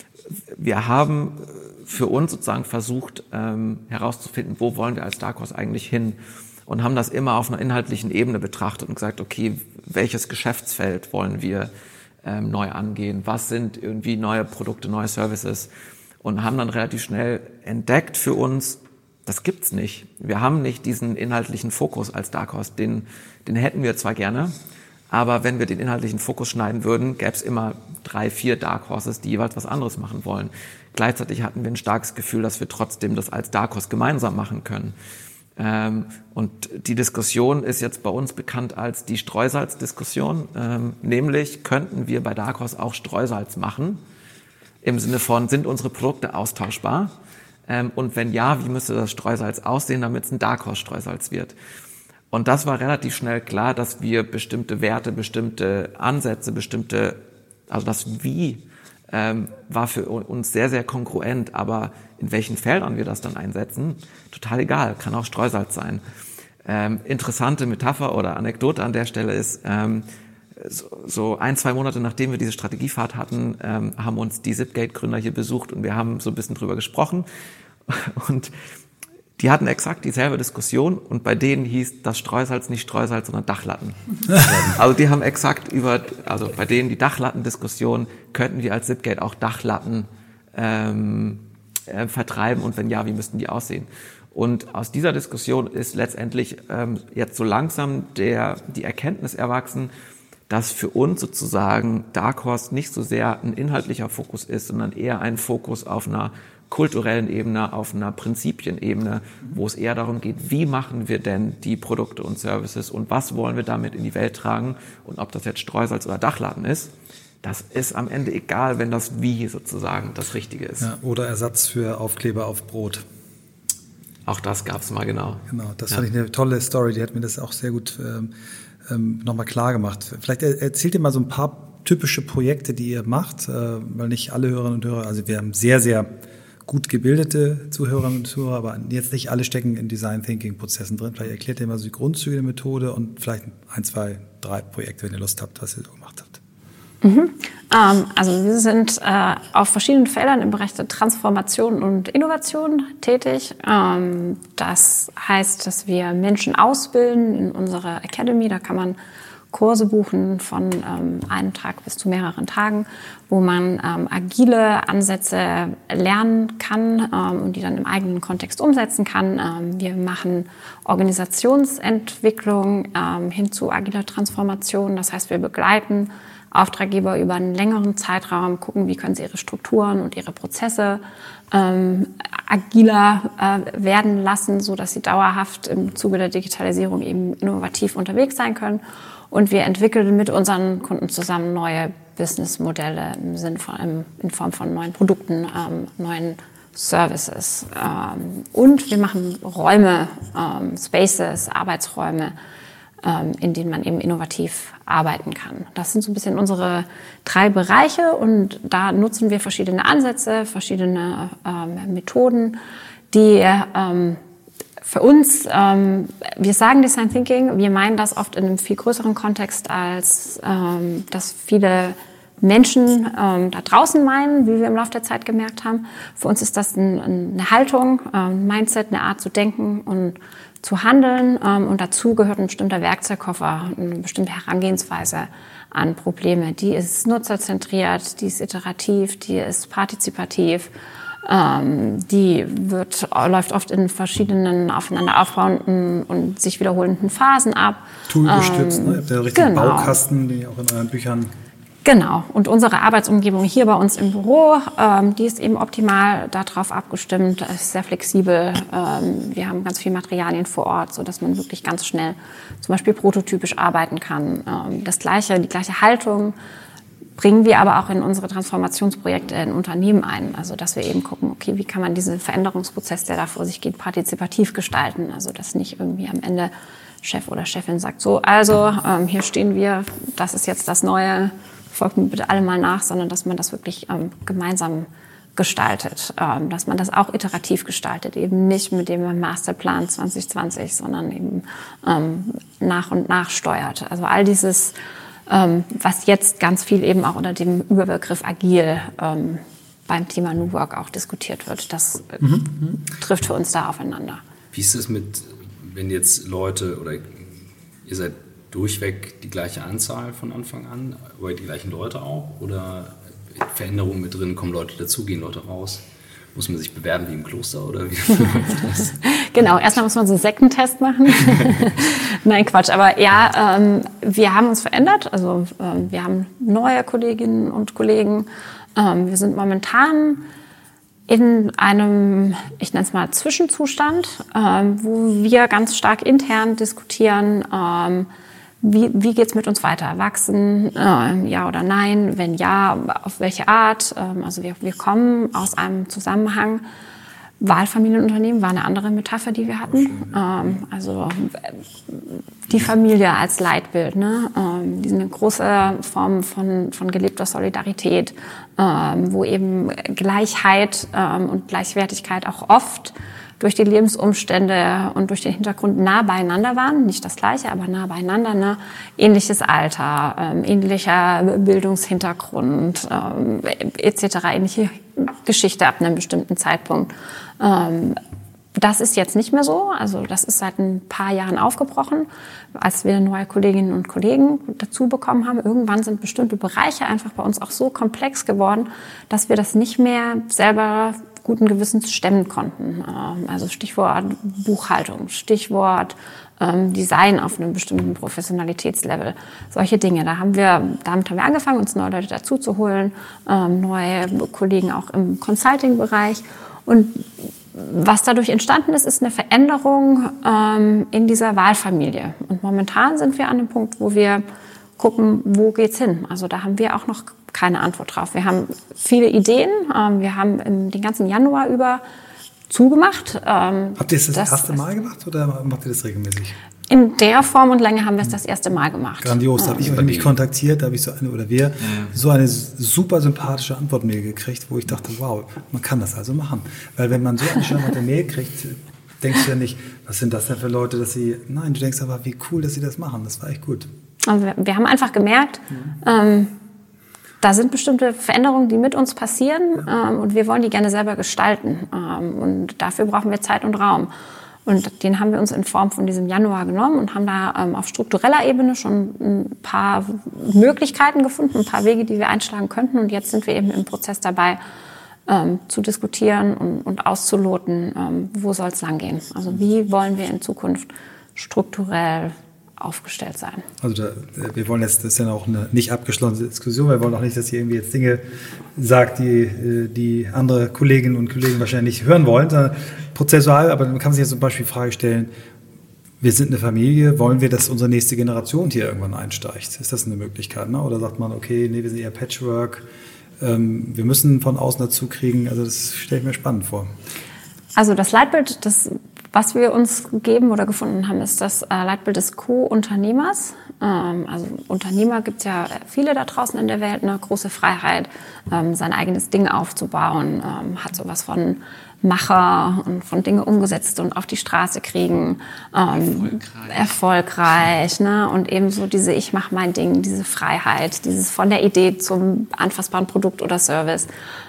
Wir haben für uns sozusagen versucht ähm, herauszufinden, wo wollen wir als Dark Horse eigentlich hin, und haben das immer auf einer inhaltlichen Ebene betrachtet und gesagt, okay, welches Geschäftsfeld wollen wir ähm, neu angehen, was sind irgendwie neue Produkte, neue Services, und haben dann relativ schnell entdeckt für uns, das gibt's nicht. Wir haben nicht diesen inhaltlichen Fokus als Dark Horse, den, den hätten wir zwar gerne, aber wenn wir den inhaltlichen Fokus schneiden würden, gäbe es immer drei, vier Dark Horses, die jeweils was anderes machen wollen. Gleichzeitig hatten wir ein starkes Gefühl, dass wir trotzdem das als Dark Horse gemeinsam machen können. Ähm, und die Diskussion ist jetzt bei uns bekannt als die Streusalz-Diskussion. Ähm, nämlich, könnten wir bei Dark Horse auch Streusalz machen? Im Sinne von, sind unsere Produkte austauschbar? Ähm, und wenn ja, wie müsste das Streusalz aussehen, damit es ein Dark Horse Streusalz wird? Und das war relativ schnell klar, dass wir bestimmte Werte, bestimmte Ansätze, bestimmte, also das Wie ähm, war für uns sehr, sehr kongruent, aber in welchen Feldern wir das dann einsetzen, total egal, kann auch Streusalz sein. Ähm, interessante Metapher oder Anekdote an der Stelle ist, ähm, so, so ein, zwei Monate nachdem wir diese Strategiefahrt hatten, ähm, haben uns die Zipgate-Gründer hier besucht und wir haben so ein bisschen drüber gesprochen, und die hatten exakt dieselbe Diskussion, und bei denen hieß das Streusalz nicht Streusalz, sondern Dachlatten. Also die haben exakt über, also bei denen die Dachlatten-Diskussion, könnten wir als Zipgate auch Dachlatten ähm, äh, vertreiben, und wenn ja, wie müssten die aussehen? Und aus dieser Diskussion ist letztendlich ähm, jetzt so langsam der die Erkenntnis erwachsen, dass für uns sozusagen Dark Horse nicht so sehr ein inhaltlicher Fokus ist, sondern eher ein Fokus auf einer kulturellen Ebene, auf einer Prinzipienebene, wo es eher darum geht, wie machen wir denn die Produkte und Services und was wollen wir damit in die Welt tragen, und ob das jetzt Streusalz oder Dachlatten ist, das ist am Ende egal, wenn das Wie sozusagen das Richtige ist. Ja, oder Ersatz für Aufkleber auf Brot. Auch das gab es mal, genau. Genau, das ja. fand ich eine tolle Story, die hat mir das auch sehr gut ähm, ähm, nochmal klar gemacht. Vielleicht erzählt ihr mal so ein paar typische Projekte, die ihr macht, äh, weil nicht alle Hörerinnen und Hörer, also wir haben sehr, sehr gut gebildete Zuhörerinnen und Zuhörer, aber jetzt nicht alle stecken in Design-Thinking-Prozessen drin. Vielleicht erklärt ihr mal so die Grundzüge der Methode und vielleicht ein, zwei, drei Projekte, wenn ihr Lust habt, was ihr so gemacht habt. Mhm. Ähm, also wir sind äh, auf verschiedenen Feldern im Bereich der Transformation und Innovation tätig. Ähm, das heißt, dass wir Menschen ausbilden in unserer Academy. Da kann man Kurse buchen von ähm, einem Tag bis zu mehreren Tagen, wo man ähm, agile Ansätze lernen kann ähm, und die dann im eigenen Kontext umsetzen kann. Ähm, wir machen Organisationsentwicklung ähm, hin zu agiler Transformation. Das heißt, wir begleiten Auftraggeber über einen längeren Zeitraum, gucken, wie können sie ihre Strukturen und ihre Prozesse ähm, agiler äh, werden lassen, so dass sie dauerhaft im Zuge der Digitalisierung eben innovativ unterwegs sein können. Und wir entwickeln mit unseren Kunden zusammen neue Businessmodelle im Sinn von, im, in Form von neuen Produkten, ähm, neuen Services. Ähm, und wir machen Räume, ähm, Spaces, Arbeitsräume, ähm, in denen man eben innovativ arbeiten kann. Das sind so ein bisschen unsere drei Bereiche und da nutzen wir verschiedene Ansätze, verschiedene ähm, Methoden, die ähm, für uns, ähm, wir sagen Design Thinking, wir meinen das oft in einem viel größeren Kontext, als ähm, dass viele Menschen ähm, da draußen meinen, wie wir im Laufe der Zeit gemerkt haben. Für uns ist das ein, eine Haltung, ein Mindset, eine Art zu denken und zu handeln. Ähm, und dazu gehört ein bestimmter Werkzeugkoffer, eine bestimmte Herangehensweise an Probleme. Die ist nutzerzentriert, die ist iterativ, die ist partizipativ. Ähm, die wird, läuft oft in verschiedenen aufeinander aufbauenden und sich wiederholenden Phasen ab. Toolgestützt, ähm, ne? Ihr habt ja richtigen genau. Baukasten, die auch in euren Büchern. Genau. Und unsere Arbeitsumgebung hier bei uns im Büro, ähm, die ist eben optimal darauf abgestimmt, ist sehr flexibel. Ähm, wir haben ganz viele Materialien vor Ort, so dass man wirklich ganz schnell zum Beispiel prototypisch arbeiten kann. Ähm, das gleiche, die gleiche Haltung bringen wir aber auch in unsere Transformationsprojekte in Unternehmen ein. Also dass wir eben gucken, okay, wie kann man diesen Veränderungsprozess, der da vor sich geht, partizipativ gestalten. Also dass nicht irgendwie am Ende Chef oder Chefin sagt, so, also ähm, hier stehen wir, das ist jetzt das Neue, folgt mir bitte alle mal nach, sondern dass man das wirklich ähm, gemeinsam gestaltet. Ähm, dass man das auch iterativ gestaltet, eben nicht mit dem Masterplan zwanzig zwanzig, sondern eben ähm, nach und nach steuert. Also all dieses Ähm, was jetzt ganz viel eben auch unter dem Überbegriff agil ähm, beim Thema New Work auch diskutiert wird. Das äh, mhm. trifft für uns da aufeinander. Wie ist es mit, wenn jetzt Leute, oder ihr seid durchweg die gleiche Anzahl von Anfang an, oder die gleichen Leute auch, oder Veränderungen mit drin, kommen Leute dazu, gehen Leute raus? Muss man sich bewerben wie im Kloster oder wie läuft das? Genau, erstmal muss man so einen Sektentest machen. Nein, Quatsch. Aber ja, ähm, wir haben uns verändert. Also ähm, wir haben neue Kolleginnen und Kollegen. Ähm, wir sind momentan in einem, ich nenne es mal Zwischenzustand, ähm, wo wir ganz stark intern diskutieren, ähm, Wie, wie geht's mit uns weiter? Wachsen, äh, ja oder nein? Wenn ja, auf welche Art? Ähm, also wir, wir kommen aus einem Zusammenhang. Wahlfamilienunternehmen war eine andere Metapher, die wir hatten. Ähm, also die Familie als Leitbild, ne? Ähm, die sind eine große Form von, von gelebter Solidarität, ähm, wo eben Gleichheit ähm, und Gleichwertigkeit auch oft durch die Lebensumstände und durch den Hintergrund nah beieinander waren. Nicht das Gleiche, aber nah beieinander. Ne? Ähnliches Alter, ähm, ähnlicher Bildungshintergrund, ähm, et cetera. Ähnliche Geschichte ab einem bestimmten Zeitpunkt. Ähm, das ist jetzt nicht mehr so. Also das ist seit ein paar Jahren aufgebrochen, als wir neue Kolleginnen und Kollegen dazu bekommen haben. Irgendwann sind bestimmte Bereiche einfach bei uns auch so komplex geworden, dass wir das nicht mehr selber guten Gewissens stemmen konnten. Also Stichwort Buchhaltung, Stichwort ähm, Design auf einem bestimmten Professionalitätslevel. Solche Dinge. Da haben wir, damit haben wir angefangen, uns neue Leute dazu zu holen, ähm, neue Kollegen auch im Consulting-Bereich. Und was dadurch entstanden ist, ist eine Veränderung ähm, in dieser Wahlfamilie. Und momentan sind wir an dem Punkt, wo wir gucken, wo geht's hin? Also da haben wir auch noch keine Antwort drauf. Wir haben viele Ideen. Wir haben den ganzen Januar über zugemacht. Ähm, Habt ihr es das, das erste Mal gemacht oder macht ihr das regelmäßig? In der Form und Länge haben wir es das erste Mal gemacht. Grandios. Da Ja. habe ich euch nämlich kontaktiert, da habe ich so eine, oder wir, Ja. so eine super sympathische Antwortmail gekriegt, wo ich dachte, wow, man kann das also machen. Weil wenn man so eine charmante Mail kriegt, denkst du ja nicht, was sind das denn für Leute, dass sie, nein, du denkst aber, wie cool, dass sie das machen. Das war echt gut. Also wir, wir haben einfach gemerkt, mhm. ähm, da sind bestimmte Veränderungen, die mit uns passieren, ja. ähm, und wir wollen die gerne selber gestalten. Ähm, und dafür brauchen wir Zeit und Raum. Und den haben wir uns in Form von diesem Januar genommen und haben da ähm, auf struktureller Ebene schon ein paar Möglichkeiten gefunden, ein paar Wege, die wir einschlagen könnten. Und jetzt sind wir eben im Prozess dabei, ähm, zu diskutieren und, und auszuloten, ähm, wo soll es lang gehen. Also wie wollen wir in Zukunft strukturell aufgestellt sein. Also da, wir wollen jetzt, das ist ja auch eine nicht abgeschlossene Diskussion, wir wollen auch nicht, dass ihr irgendwie jetzt Dinge sagt, die, die andere Kolleginnen und Kollegen wahrscheinlich nicht hören wollen, sondern prozessual, aber man kann sich jetzt zum Beispiel die Frage stellen, wir sind eine Familie, wollen wir, dass unsere nächste Generation hier irgendwann einsteigt? Ist das eine Möglichkeit? Ne? Oder sagt man, okay, nee, wir sind eher Patchwork, ähm, wir müssen von außen dazu kriegen, also das stelle ich mir spannend vor. Also das Leitbild, das was wir uns gegeben oder gefunden haben, ist das Leitbild des Co-Unternehmers. Also Unternehmer gibt es ja viele da draußen in der Welt, eine große Freiheit, sein eigenes Ding aufzubauen, hat sowas von Macher und von Dinge umgesetzt und auf die Straße kriegen, erfolgreich, erfolgreich ne? Und eben so diese Ich mach mein Ding, diese Freiheit, dieses von der Idee zum anfassbaren Produkt oder Service.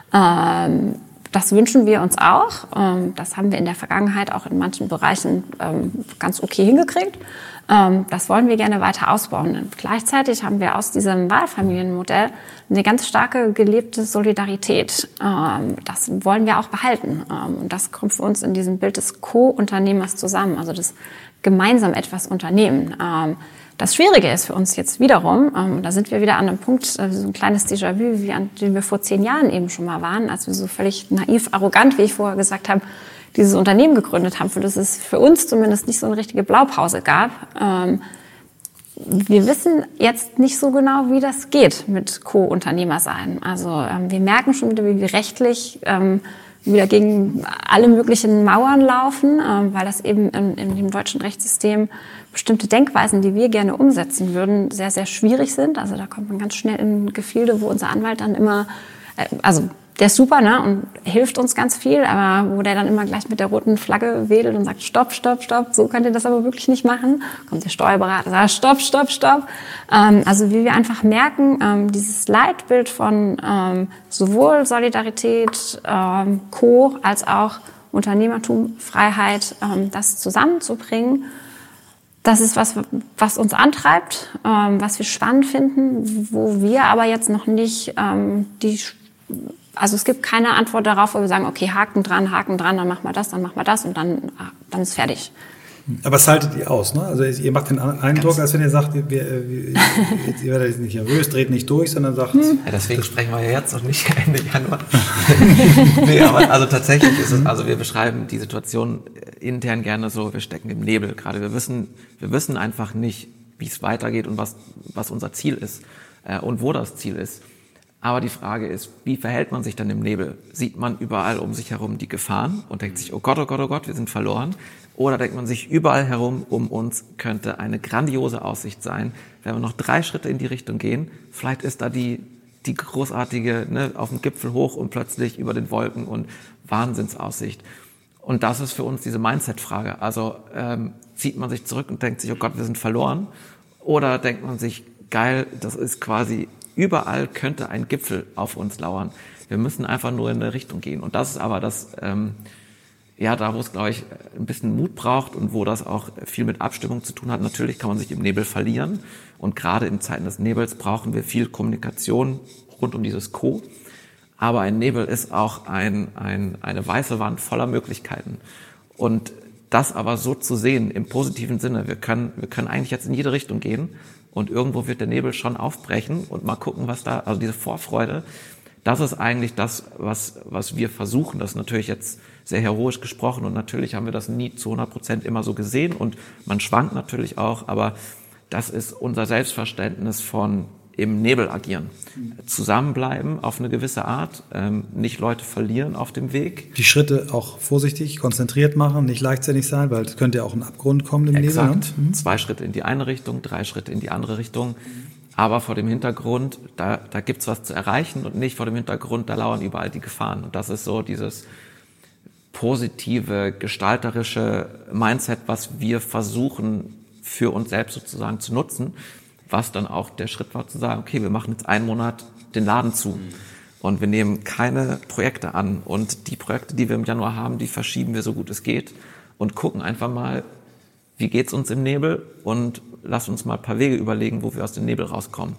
Das wünschen wir uns auch. Das haben wir in der Vergangenheit auch in manchen Bereichen ganz okay hingekriegt. Das wollen wir gerne weiter ausbauen. Und gleichzeitig haben wir aus diesem Wahlfamilienmodell eine ganz starke gelebte Solidarität. Das wollen wir auch behalten. Und das kommt für uns in diesem Bild des Co-Unternehmers zusammen, also das gemeinsam etwas unternehmen. Das Schwierige ist für uns jetzt wiederum, ähm, da sind wir wieder an einem Punkt, äh, so ein kleines Déjà-vu, wie an dem wir vor zehn Jahren eben schon mal waren, als wir so völlig naiv, arrogant, wie ich vorher gesagt habe, dieses Unternehmen gegründet haben, für das es für uns zumindest nicht so eine richtige Blaupause gab. Ähm, wir wissen jetzt nicht so genau, wie das geht mit Co-Unternehmer sein. Also ähm, wir merken schon wieder, wie wir rechtlich ähm, wieder gegen alle möglichen Mauern laufen, äh, weil das eben in, in dem deutschen Rechtssystem bestimmte Denkweisen, die wir gerne umsetzen würden, sehr, sehr schwierig sind. Also da kommt man ganz schnell in Gefilde, wo unser Anwalt dann immer, äh, also der ist super, ne, und hilft uns ganz viel, aber wo der dann immer gleich mit der roten Flagge wedelt und sagt, stopp, stopp, stopp, so könnt ihr das aber wirklich nicht machen. Kommt der Steuerberater, sagt, stopp, stopp, stopp. Ähm, also wie wir einfach merken, ähm, dieses Leitbild von ähm, sowohl Solidarität, ähm, Co. als auch Unternehmertum, Freiheit, ähm, das zusammenzubringen, das ist was, was uns antreibt, ähm, was wir spannend finden, wo wir aber jetzt noch nicht ähm, die Also es gibt keine Antwort darauf, wo wir sagen, okay, Haken dran, Haken dran, dann machen wir das, dann machen wir das und dann, dann ist fertig. Aber es haltet ihr aus, ne? Also ihr macht den Eindruck, als wenn ihr sagt, wir, wir, ihr werdet jetzt nicht nervös, dreht nicht durch, sondern sagt... Ja, deswegen sprechen wir ja jetzt noch nicht Ende Januar. Nee, aber also tatsächlich ist es, also wir beschreiben die Situation intern gerne so, wir stecken im Nebel gerade. Wir wissen, wir wissen einfach nicht, wie es weitergeht und was, was unser Ziel ist äh, und wo das Ziel ist. Aber die Frage ist, wie verhält man sich dann im Nebel? Sieht man überall um sich herum die Gefahren und denkt sich, oh Gott, oh Gott, oh Gott, wir sind verloren? Oder denkt man sich, überall herum um uns könnte eine grandiose Aussicht sein, wenn wir noch drei Schritte in die Richtung gehen, vielleicht ist da die, die großartige, ne, auf dem Gipfel hoch und plötzlich über den Wolken und Wahnsinnsaussicht. Und das ist für uns diese Mindset-Frage. Also ähm, zieht man sich zurück und denkt sich, oh Gott, wir sind verloren? Oder denkt man sich, geil, das ist quasi... Überall könnte ein Gipfel auf uns lauern. Wir müssen einfach nur in eine Richtung gehen. Und das ist aber das, ähm, ja, da wo es, glaube ich, ein bisschen Mut braucht und wo das auch viel mit Abstimmung zu tun hat. Natürlich kann man sich im Nebel verlieren. Und gerade in Zeiten des Nebels brauchen wir viel Kommunikation rund um dieses Co. Aber ein Nebel ist auch ein, ein, eine weiße Wand voller Möglichkeiten. Und das aber so zu sehen, im positiven Sinne, wir können, wir können eigentlich jetzt in jede Richtung gehen. Und irgendwo wird der Nebel schon aufbrechen und mal gucken, was da, also diese Vorfreude, das ist eigentlich das, was, was wir versuchen. Das ist natürlich jetzt sehr heroisch gesprochen und natürlich haben wir das nie zu hundert Prozent immer so gesehen und man schwankt natürlich auch, aber das ist unser Selbstverständnis von, im Nebel agieren. Zusammenbleiben auf eine gewisse Art, ähm, nicht Leute verlieren auf dem Weg. Die Schritte auch vorsichtig, konzentriert machen, nicht leichtsinnig sein, weil es könnte ja auch ein Abgrund kommen im Exakt. Nebel. Ne? Mhm. Zwei Schritte in die eine Richtung, drei Schritte in die andere Richtung. Aber vor dem Hintergrund, da, da gibt's was zu erreichen und nicht vor dem Hintergrund, da lauern überall die Gefahren. Und das ist so dieses positive, gestalterische Mindset, was wir versuchen für uns selbst sozusagen zu nutzen, was dann auch der Schritt war zu sagen, okay, wir machen jetzt einen Monat den Laden zu und wir nehmen keine Projekte an und die Projekte, die wir im Januar haben, die verschieben wir so gut es geht und gucken einfach mal, wie geht's uns im Nebel und lass uns mal ein paar Wege überlegen, wo wir aus dem Nebel rauskommen.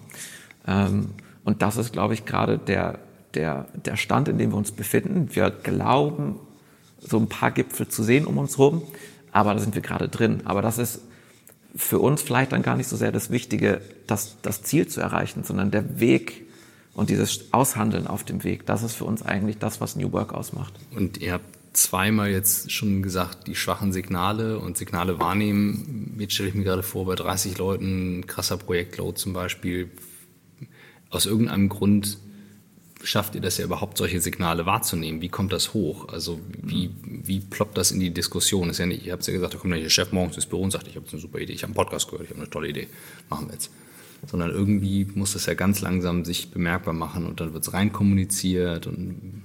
Und das ist, glaube ich, gerade der, der, der Stand, in dem wir uns befinden. Wir glauben, so ein paar Gipfel zu sehen um uns herum, aber da sind wir gerade drin. Aber das ist für uns vielleicht dann gar nicht so sehr das Wichtige, das, das Ziel zu erreichen, sondern der Weg und dieses Aushandeln auf dem Weg. Das ist für uns eigentlich das, was New Work ausmacht. Und ihr habt zweimal jetzt schon gesagt, die schwachen Signale und Signale wahrnehmen. Jetzt stelle ich mir gerade vor, bei dreißig Leuten, krasser Projektload zum Beispiel. Aus irgendeinem Grund schafft ihr das ja überhaupt, solche Signale wahrzunehmen? Wie kommt das hoch? Also wie, wie ploppt das in die Diskussion? Ist ja nicht, ihr habt ja gesagt, da kommt der Chef morgens ins Büro und sagt, ich habe jetzt eine super Idee, ich habe einen Podcast gehört, ich habe eine tolle Idee, machen wir jetzt. Sondern irgendwie muss das ja ganz langsam sich bemerkbar machen und dann wird es rein kommuniziert. Und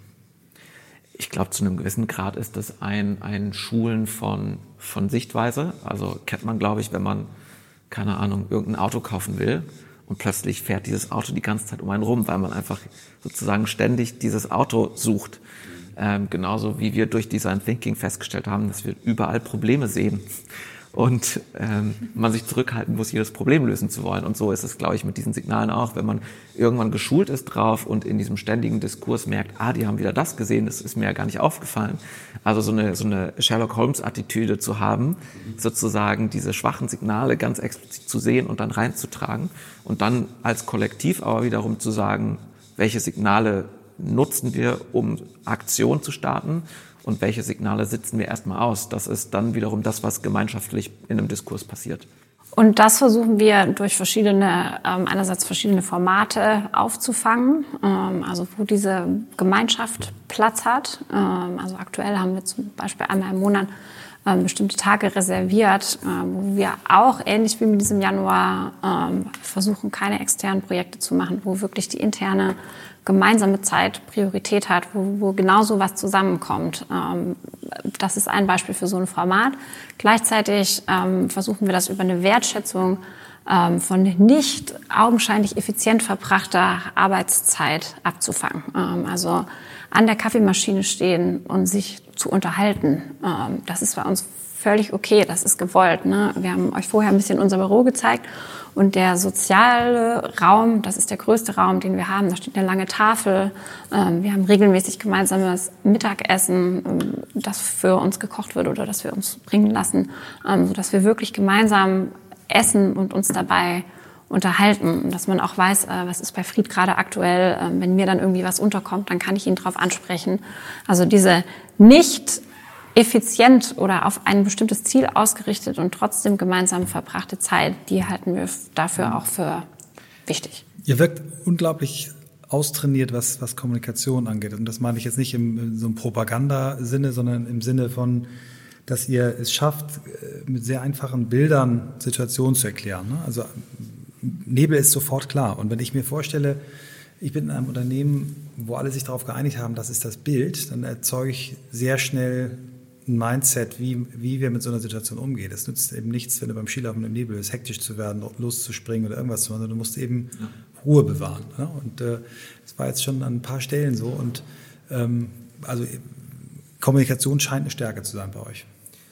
ich glaube, zu einem gewissen Grad ist das ein, ein Schulen von, von Sichtweise. Also kennt man, glaube ich, wenn man, keine Ahnung, irgendein Auto kaufen will und plötzlich fährt dieses Auto die ganze Zeit um einen rum, weil man einfach sozusagen ständig dieses Auto sucht. Ähm, genauso wie wir durch Design Thinking festgestellt haben, dass wir überall Probleme sehen und ähm, man sich zurückhalten muss, jedes Problem lösen zu wollen. Und so ist es, glaube ich, mit diesen Signalen auch. Wenn man irgendwann geschult ist drauf und in diesem ständigen Diskurs merkt, ah, die haben wieder das gesehen, das ist mir ja gar nicht aufgefallen. Also so eine, so eine Sherlock-Holmes-Attitüde zu haben, sozusagen diese schwachen Signale ganz explizit zu sehen und dann reinzutragen und dann als Kollektiv aber wiederum zu sagen, welche Signale nutzen wir, um Aktion zu starten und welche Signale sitzen wir erstmal aus. Das ist dann wiederum das, was gemeinschaftlich in einem Diskurs passiert. Und das versuchen wir durch verschiedene, ähm, einerseits verschiedene Formate aufzufangen, ähm, also wo diese Gemeinschaft Platz hat. Ähm, also aktuell haben wir zum Beispiel einmal im Monat ähm, bestimmte Tage reserviert, äh, wo wir auch ähnlich wie mit diesem Januar ähm, versuchen, keine externen Projekte zu machen, wo wirklich die interne gemeinsame Zeit Priorität hat, wo, wo genau so was zusammenkommt. Ähm, das ist ein Beispiel für so ein Format. Gleichzeitig ähm, versuchen wir das über eine Wertschätzung ähm, von nicht augenscheinlich effizient verbrachter Arbeitszeit abzufangen. Ähm, also an der Kaffeemaschine stehen und sich zu unterhalten. Ähm, das ist bei uns völlig okay, das ist gewollt. Ne? Wir haben euch vorher ein bisschen unser Büro gezeigt und der soziale Raum, das ist der größte Raum, den wir haben. Da steht eine lange Tafel. Ähm, wir haben regelmäßig gemeinsames Mittagessen, ähm, das für uns gekocht wird oder das wir uns bringen lassen, ähm, sodass wir wirklich gemeinsam essen und uns dabei unterhalten. Und dass man auch weiß, äh, was ist bei Fried gerade aktuell. Äh, wenn mir dann irgendwie was unterkommt, dann kann ich ihn drauf ansprechen. Also diese nicht effizient oder auf ein bestimmtes Ziel ausgerichtet und trotzdem gemeinsam verbrachte Zeit, die halten wir dafür auch für wichtig. Ihr wirkt unglaublich austrainiert, was, was Kommunikation angeht. Und das meine ich jetzt nicht im, in so einem Propagandasinne, sondern im Sinne von, dass ihr es schafft, mit sehr einfachen Bildern Situationen zu erklären. Ne? Also Nebel ist sofort klar. Und wenn ich mir vorstelle, ich bin in einem Unternehmen, wo alle sich darauf geeinigt haben, das ist das Bild, dann erzeuge ich sehr schnell ein Mindset, wie, wie wir mit so einer Situation umgehen. Es nützt eben nichts, wenn du beim Skilaufen im Nebel bist, hektisch zu werden, loszuspringen oder irgendwas zu machen, sondern du musst eben ja. Ruhe bewahren. Ne? Und äh, das war jetzt schon an ein paar Stellen so. Und ähm, also Kommunikation scheint eine Stärke zu sein bei euch.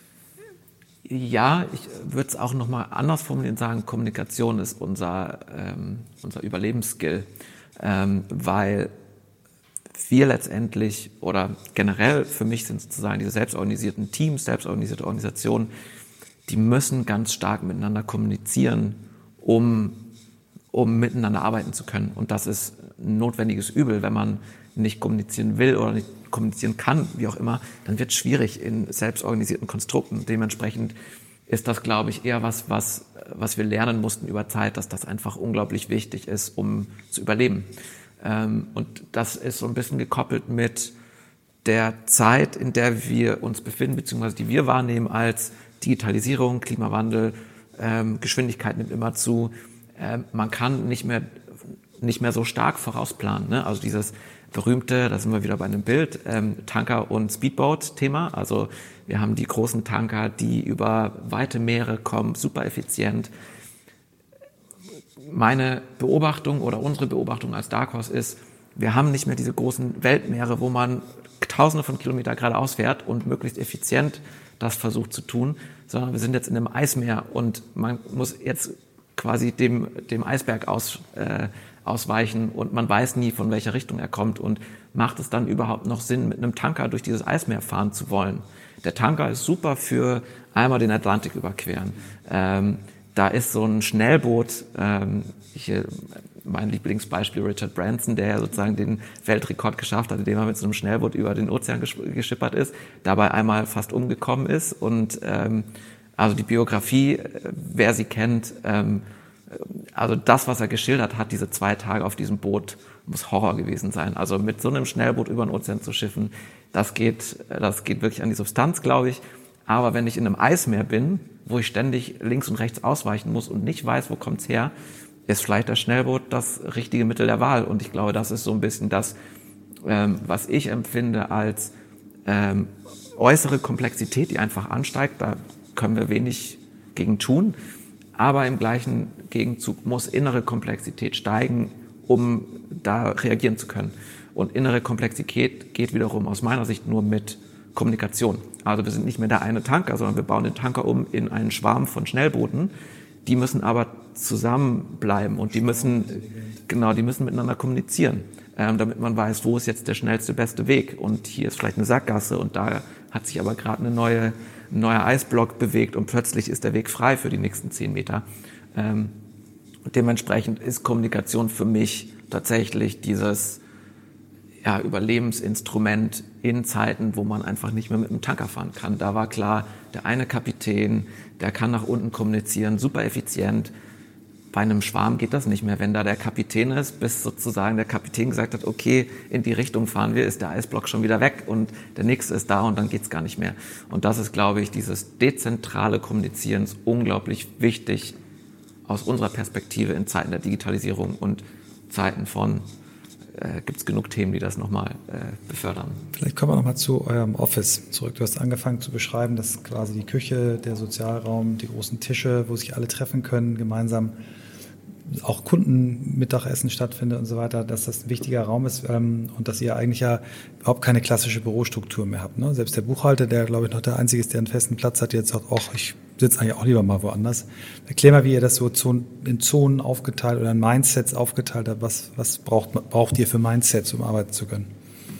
Ja, ich würde es auch nochmal anders formulieren, sagen, Kommunikation ist unser, ähm, unser Überlebensskill, ähm, weil wir letztendlich oder generell für mich sind sozusagen diese selbstorganisierten Teams, selbstorganisierte Organisationen, die müssen ganz stark miteinander kommunizieren, um, um miteinander arbeiten zu können. Und das ist ein notwendiges Übel, wenn man nicht kommunizieren will oder nicht kommunizieren kann, wie auch immer, dann wird es schwierig in selbstorganisierten Konstrukten. Dementsprechend ist das, glaube ich, eher was, was was wir lernen mussten über Zeit, dass das einfach unglaublich wichtig ist, um zu überleben. Ähm, und das ist so ein bisschen gekoppelt mit der Zeit, in der wir uns befinden, beziehungsweise die wir wahrnehmen als Digitalisierung, Klimawandel, ähm, Geschwindigkeit nimmt immer zu. Ähm, man kann nicht mehr, nicht mehr so stark vorausplanen, ne? Also dieses berühmte, da sind wir wieder bei einem Bild, ähm, Tanker- und Speedboat-Thema. Also wir haben die großen Tanker, die über weite Meere kommen, super effizient. Meine Beobachtung oder unsere Beobachtung als Dark Horse ist, wir haben nicht mehr diese großen Weltmeere, wo man Tausende von Kilometern geradeaus fährt und möglichst effizient das versucht zu tun, sondern wir sind jetzt in einem Eismeer und man muss jetzt quasi dem, dem Eisberg aus, äh, ausweichen und man weiß nie, von welcher Richtung er kommt und macht es dann überhaupt noch Sinn, mit einem Tanker durch dieses Eismeer fahren zu wollen. Der Tanker ist super für einmal den Atlantik überqueren. Ähm, da ist so ein Schnellboot, ähm, hier, mein Lieblingsbeispiel Richard Branson, der ja sozusagen den Weltrekord geschafft hat, indem er mit so einem Schnellboot über den Ozean geschippert ist, dabei einmal fast umgekommen ist. Und ähm, also die Biografie, wer sie kennt, ähm, also das, was er geschildert hat, diese zwei Tage auf diesem Boot, muss Horror gewesen sein. Also mit so einem Schnellboot über den Ozean zu schiffen, das geht, das geht wirklich an die Substanz, glaube ich. Aber wenn ich in einem Eismeer bin, wo ich ständig links und rechts ausweichen muss und nicht weiß, wo kommt's her, ist vielleicht das Schnellboot das richtige Mittel der Wahl. Und ich glaube, das ist so ein bisschen das, ähm, was ich empfinde als ähm, äußere Komplexität, die einfach ansteigt. Da können wir wenig gegen tun. Aber im gleichen Gegenzug muss innere Komplexität steigen, um da reagieren zu können. Und innere Komplexität geht wiederum aus meiner Sicht nur mit Kommunikation. Also wir sind nicht mehr der eine Tanker, sondern wir bauen den Tanker um in einen Schwarm von Schnellbooten. Die müssen aber zusammenbleiben und die müssen, genau, die müssen miteinander kommunizieren, ähm, damit man weiß, wo ist jetzt der schnellste, beste Weg. Und hier ist vielleicht eine Sackgasse und da hat sich aber gerade eine neue, ein neuer Eisblock bewegt und plötzlich ist der Weg frei für die nächsten zehn Meter. Ähm, dementsprechend ist Kommunikation für mich tatsächlich dieses ja, Überlebensinstrument in Zeiten, wo man einfach nicht mehr mit dem Tanker fahren kann. Da war klar, der eine Kapitän, der kann nach unten kommunizieren, super effizient. Bei einem Schwarm geht das nicht mehr. Wenn da der Kapitän ist, bis sozusagen der Kapitän gesagt hat, okay, in die Richtung fahren wir, ist der Eisblock schon wieder weg und der nächste ist da und dann geht's gar nicht mehr. Und das ist, glaube ich, dieses dezentrale Kommunizieren ist unglaublich wichtig aus unserer Perspektive in Zeiten der Digitalisierung und Zeiten von Äh, gibt es genug Themen, die das nochmal äh, befördern. Vielleicht kommen wir nochmal zu eurem Office zurück. Du hast angefangen zu beschreiben, dass quasi die Küche, der Sozialraum, die großen Tische, wo sich alle treffen können, gemeinsam auch Kundenmittagessen stattfindet und so weiter, dass das ein wichtiger Raum ist ähm, und dass ihr eigentlich ja überhaupt keine klassische Bürostruktur mehr habt. Ne? Selbst der Buchhalter, der glaube ich noch der Einzige ist, der einen festen Platz hat, jetzt sagt, auch ich sitze eigentlich auch lieber mal woanders. Erklär mal, wie ihr das so in Zonen aufgeteilt oder in Mindsets aufgeteilt habt. Was, was braucht, braucht ihr für Mindsets, um arbeiten zu können?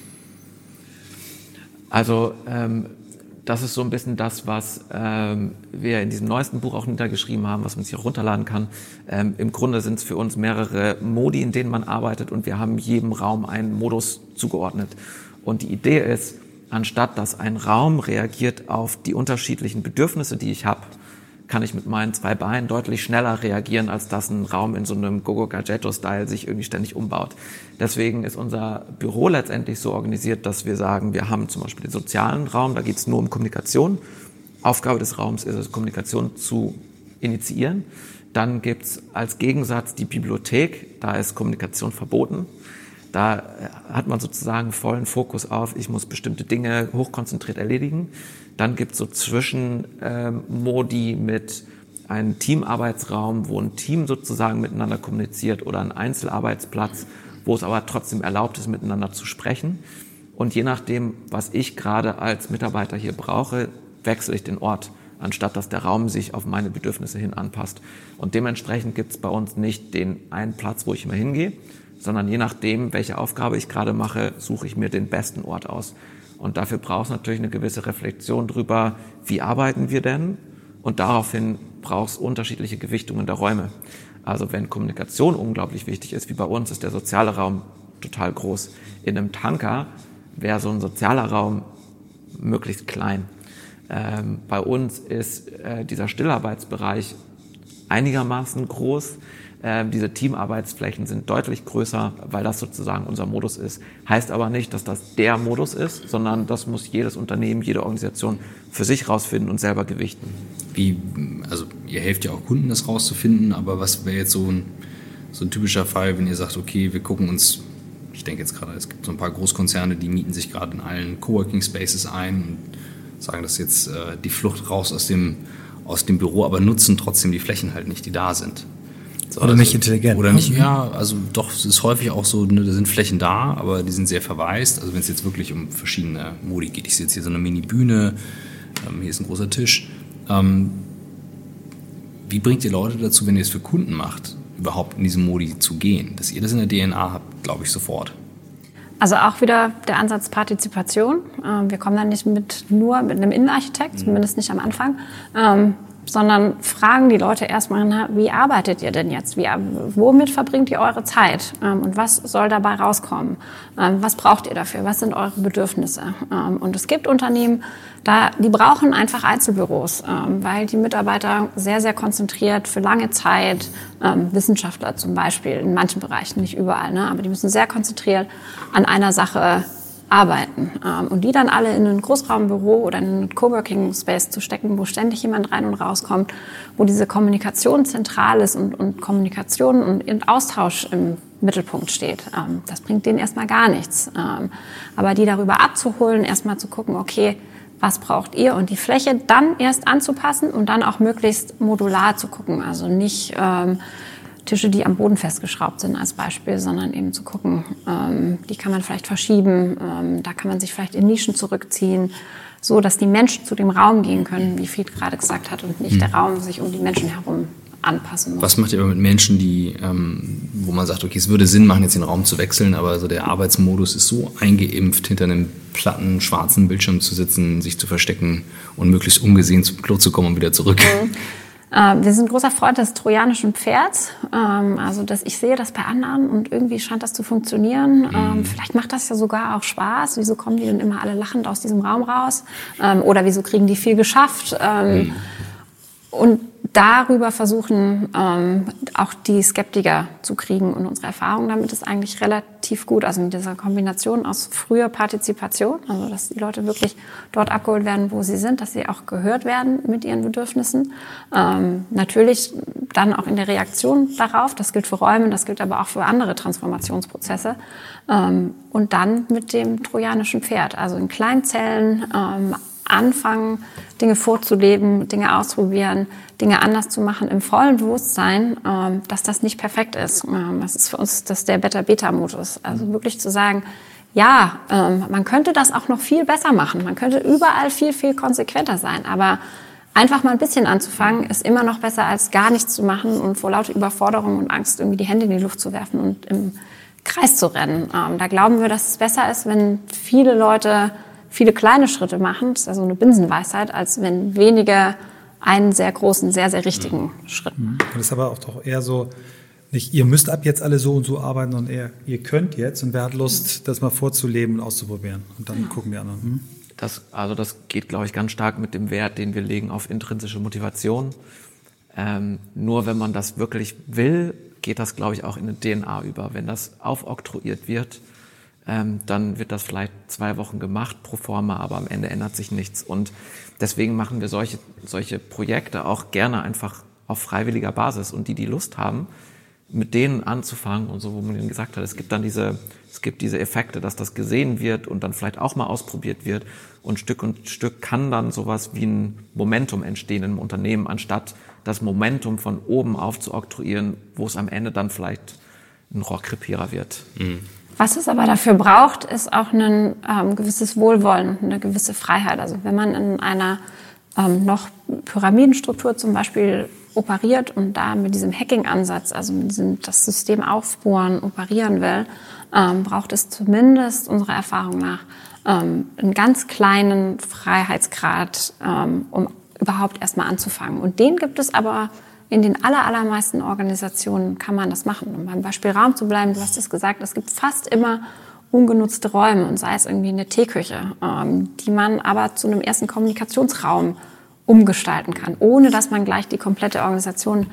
Also ähm, das ist so ein bisschen das, was ähm, wir in diesem neuesten Buch auch niedergeschrieben haben, was man sich auch runterladen kann. Ähm, Im Grunde sind es für uns mehrere Modi, in denen man arbeitet und wir haben jedem Raum einen Modus zugeordnet. Und die Idee ist, anstatt dass ein Raum reagiert auf die unterschiedlichen Bedürfnisse, die ich habe, kann ich mit meinen zwei Beinen deutlich schneller reagieren, als dass ein Raum in so einem Gogo-Gadgetto-Style sich irgendwie ständig umbaut. Deswegen ist unser Büro letztendlich so organisiert, dass wir sagen, wir haben zum Beispiel den sozialen Raum, da geht es nur um Kommunikation. Aufgabe des Raums ist es, Kommunikation zu initiieren. Dann gibt es als Gegensatz die Bibliothek, da ist Kommunikation verboten. Da hat man sozusagen vollen Fokus auf, ich muss bestimmte Dinge hochkonzentriert erledigen. Dann gibt es so Zwischenmodi ähm, mit einem Teamarbeitsraum, wo ein Team sozusagen miteinander kommuniziert oder ein Einzelarbeitsplatz, wo es aber trotzdem erlaubt ist, miteinander zu sprechen. Und je nachdem, was ich gerade als Mitarbeiter hier brauche, wechsle ich den Ort, anstatt dass der Raum sich auf meine Bedürfnisse hin anpasst. Und dementsprechend gibt es bei uns nicht den einen Platz, wo ich immer hingehe, sondern je nachdem, welche Aufgabe ich gerade mache, suche ich mir den besten Ort aus. Und dafür braucht es natürlich eine gewisse Reflexion drüber, wie arbeiten wir denn? Und daraufhin braucht es unterschiedliche Gewichtungen der Räume. Also wenn Kommunikation unglaublich wichtig ist, wie bei uns, ist der soziale Raum total groß. In einem Tanker wäre so ein sozialer Raum möglichst klein. Ähm, bei uns ist äh, dieser Stillarbeitsbereich einigermaßen groß. Äh, diese Teamarbeitsflächen sind deutlich größer, weil das sozusagen unser Modus ist. Heißt aber nicht, dass das der Modus ist, sondern das muss jedes Unternehmen, jede Organisation für sich rausfinden und selber gewichten. Wie, also ihr helft ja auch Kunden, das rauszufinden, aber was wäre jetzt so ein, so ein typischer Fall, wenn ihr sagt, okay, wir gucken uns, ich denke jetzt gerade, es gibt so ein paar Großkonzerne, die mieten sich gerade in allen Coworking Spaces ein und sagen, das ist jetzt äh, die Flucht raus aus dem, aus dem Büro, aber nutzen trotzdem die Flächen halt nicht, die da sind. So, oder also, nicht intelligent. Oder nicht, ja, also doch, es ist häufig auch so, ne, da sind Flächen da, aber die sind sehr verwaist. Also wenn es jetzt wirklich um verschiedene Modi geht. Ich sehe jetzt hier so eine Mini-Bühne, ähm, hier ist ein großer Tisch. Ähm, wie bringt ihr Leute dazu, wenn ihr es für Kunden macht, überhaupt in diesem Modi zu gehen? Dass ihr das in der D N A habt, glaube ich, sofort. Also auch wieder der Ansatz Partizipation. Wir kommen dann nicht mit nur mit einem Innenarchitekt, mhm. zumindest nicht am Anfang, ähm, sondern fragen die Leute erstmal, na, wie arbeitet ihr denn jetzt? Wie, womit verbringt ihr eure Zeit? Ähm, und was soll dabei rauskommen? Ähm, was braucht ihr dafür? Was sind eure Bedürfnisse? Ähm, und es gibt Unternehmen, da, die brauchen einfach Einzelbüros, ähm, weil die Mitarbeiter sehr, sehr konzentriert für lange Zeit, ähm, Wissenschaftler zum Beispiel, in manchen Bereichen, nicht überall, ne, aber die müssen sehr konzentriert an einer Sache arbeiten. Ähm, und die dann alle in ein Großraumbüro oder in einen Coworking Space zu stecken, wo ständig jemand rein und rauskommt, wo diese Kommunikation zentral ist und, und Kommunikation und Austausch im Mittelpunkt steht. Ähm, das bringt denen erstmal gar nichts. Ähm, aber die darüber abzuholen, erstmal zu gucken, okay, was braucht ihr? Und die Fläche dann erst anzupassen und dann auch möglichst modular zu gucken. Also nicht ähm, Tische, die am Boden festgeschraubt sind als Beispiel, sondern eben zu gucken, ähm, die kann man vielleicht verschieben, ähm, da kann man sich vielleicht in Nischen zurückziehen, so dass die Menschen zu dem Raum gehen können, wie Fied gerade gesagt hat, und nicht mhm. der Raum sich um die Menschen herum anpassen muss. Was macht ihr aber mit Menschen, die, ähm, wo man sagt, okay, es würde Sinn machen, jetzt den Raum zu wechseln, aber also der Arbeitsmodus ist so eingeimpft, hinter einem platten, schwarzen Bildschirm zu sitzen, sich zu verstecken und möglichst ungesehen zum Klo zu kommen und wieder zurück? Mhm. Wir sind großer Freund des trojanischen Pferds. Also dass ich sehe das bei anderen und irgendwie scheint das zu funktionieren. Mhm. Vielleicht macht das ja sogar auch Spaß. Wieso kommen die denn immer alle lachend aus diesem Raum raus? Oder wieso kriegen die viel geschafft? Mhm. Und darüber versuchen, ähm, auch die Skeptiker zu kriegen. Und unsere Erfahrung damit ist eigentlich relativ gut. Also mit dieser Kombination aus früher Partizipation, also dass die Leute wirklich dort abgeholt werden, wo sie sind, dass sie auch gehört werden mit ihren Bedürfnissen. Ähm, natürlich dann auch in der Reaktion darauf. Das gilt für Räume, das gilt aber auch für andere Transformationsprozesse. Ähm, und dann mit dem trojanischen Pferd. Also in Kleinzellen ähm, anfangen, Dinge vorzuleben, Dinge ausprobieren, Dinge anders zu machen, im vollen Bewusstsein, ähm, dass das nicht perfekt ist. Ähm, das ist für uns das der Beta-Beta-Modus. Also wirklich zu sagen, ja, ähm, man könnte das auch noch viel besser machen. Man könnte überall viel, viel konsequenter sein. Aber einfach mal ein bisschen anzufangen, ist immer noch besser, als gar nichts zu machen und vor lauter Überforderung und Angst irgendwie die Hände in die Luft zu werfen und im Kreis zu rennen. Ähm, da glauben wir, dass es besser ist, wenn viele Leute viele kleine Schritte machen, das ist ja so eine Binsenweisheit, als wenn wenige einen sehr großen, sehr, sehr richtigen Schritt machen. Das ist aber auch doch eher so, nicht ihr müsst ab jetzt alle so und so arbeiten, sondern eher ihr könnt jetzt und wer hat Lust, das mal vorzuleben und auszuprobieren. Und dann genau. gucken die anderen. Hm? Das, also das geht, glaube ich, ganz stark mit dem Wert, den wir legen auf intrinsische Motivation. Ähm, nur wenn man das wirklich will, geht das, glaube ich, auch in eine D N A über. Wenn das aufoktroyiert wird, Ähm, dann wird das vielleicht zwei Wochen gemacht pro forma, aber am Ende ändert sich nichts. Und deswegen machen wir solche, solche Projekte auch gerne einfach auf freiwilliger Basis. Und die, die Lust haben, mit denen anzufangen und so, wo man ihnen gesagt hat, es gibt dann diese, es gibt diese Effekte, dass das gesehen wird und dann vielleicht auch mal ausprobiert wird. Und Stück und Stück kann dann sowas wie ein Momentum entstehen im Unternehmen, anstatt das Momentum von oben auf zu oktroyieren, wo es am Ende dann vielleicht ein Rohrkrepierer wird. Mhm. Was es aber dafür braucht, ist auch ein ähm, gewisses Wohlwollen und eine gewisse Freiheit. Also wenn man in einer ähm, noch Pyramidenstruktur zum Beispiel operiert und da mit diesem Hacking-Ansatz, also mit diesem das System aufbohren, operieren will, ähm, braucht es zumindest unserer Erfahrung nach ähm, einen ganz kleinen Freiheitsgrad, ähm, um überhaupt erstmal anzufangen. Und den gibt es aber in den aller, allermeisten Organisationen kann man das machen. Um beim Beispiel Raum zu bleiben, du hast es gesagt, es gibt fast immer ungenutzte Räume und sei es irgendwie eine Teeküche, ähm, die man aber zu einem ersten Kommunikationsraum umgestalten kann, ohne dass man gleich die komplette Organisation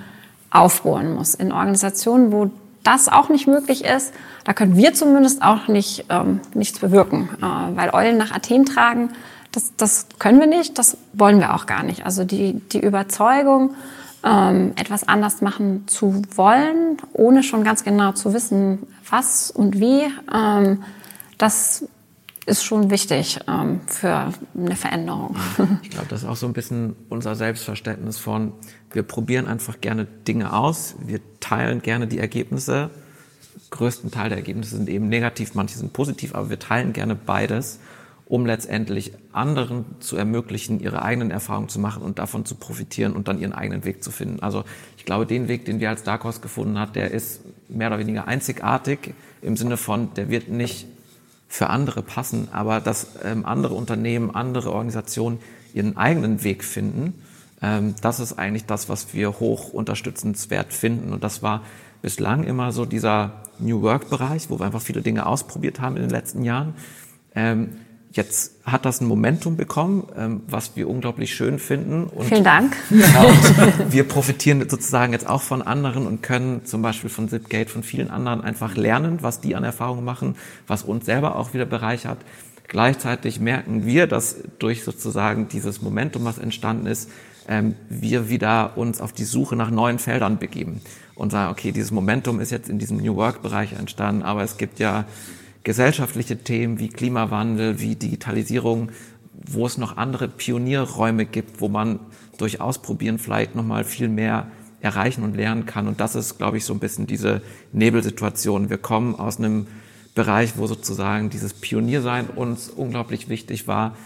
aufbohren muss. In Organisationen, wo das auch nicht möglich ist, da können wir zumindest auch nicht ähm, nichts bewirken. Äh, weil Eulen nach Athen tragen, das, das können wir nicht, das wollen wir auch gar nicht. Also die, die Überzeugung, ähm, etwas anders machen zu wollen, ohne schon ganz genau zu wissen, was und wie, ähm, das ist schon wichtig ähm, für eine Veränderung. Ich glaube, das ist auch so ein bisschen unser Selbstverständnis von, wir probieren einfach gerne Dinge aus, wir teilen gerne die Ergebnisse. Größten Teil der Ergebnisse sind eben negativ, manche sind positiv, aber wir teilen gerne beides, um letztendlich anderen zu ermöglichen, ihre eigenen Erfahrungen zu machen und davon zu profitieren und dann ihren eigenen Weg zu finden. Also ich glaube, den Weg, den wir als Dark Horse gefunden haben, der ist mehr oder weniger einzigartig im Sinne von, der wird nicht für andere passen, aber dass ähm, andere Unternehmen, andere Organisationen ihren eigenen Weg finden, ähm, das ist eigentlich das, was wir hoch unterstützenswert finden. Und das war bislang immer so dieser New Work-Bereich, wo wir einfach viele Dinge ausprobiert haben in den letzten Jahren. Ähm, jetzt hat das ein Momentum bekommen, ähm, was wir unglaublich schön finden. Und vielen Dank. Genau, und wir profitieren sozusagen jetzt auch von anderen und können zum Beispiel von Zipgate, von vielen anderen einfach lernen, was die an Erfahrungen machen, was uns selber auch wieder bereichert. Gleichzeitig merken wir, dass durch sozusagen dieses Momentum, was entstanden ist, ähm, wir wieder uns auf die Suche nach neuen Feldern begeben und sagen, okay, dieses Momentum ist jetzt in diesem New Work-Bereich entstanden, aber es gibt ja gesellschaftliche Themen wie Klimawandel, wie Digitalisierung, wo es noch andere Pionierräume gibt, wo man durch Ausprobieren vielleicht nochmal viel mehr erreichen und lernen kann. Und das ist, glaube ich, so ein bisschen diese Nebelsituation. Wir kommen aus einem Bereich, wo sozusagen dieses Pioniersein uns unglaublich wichtig war.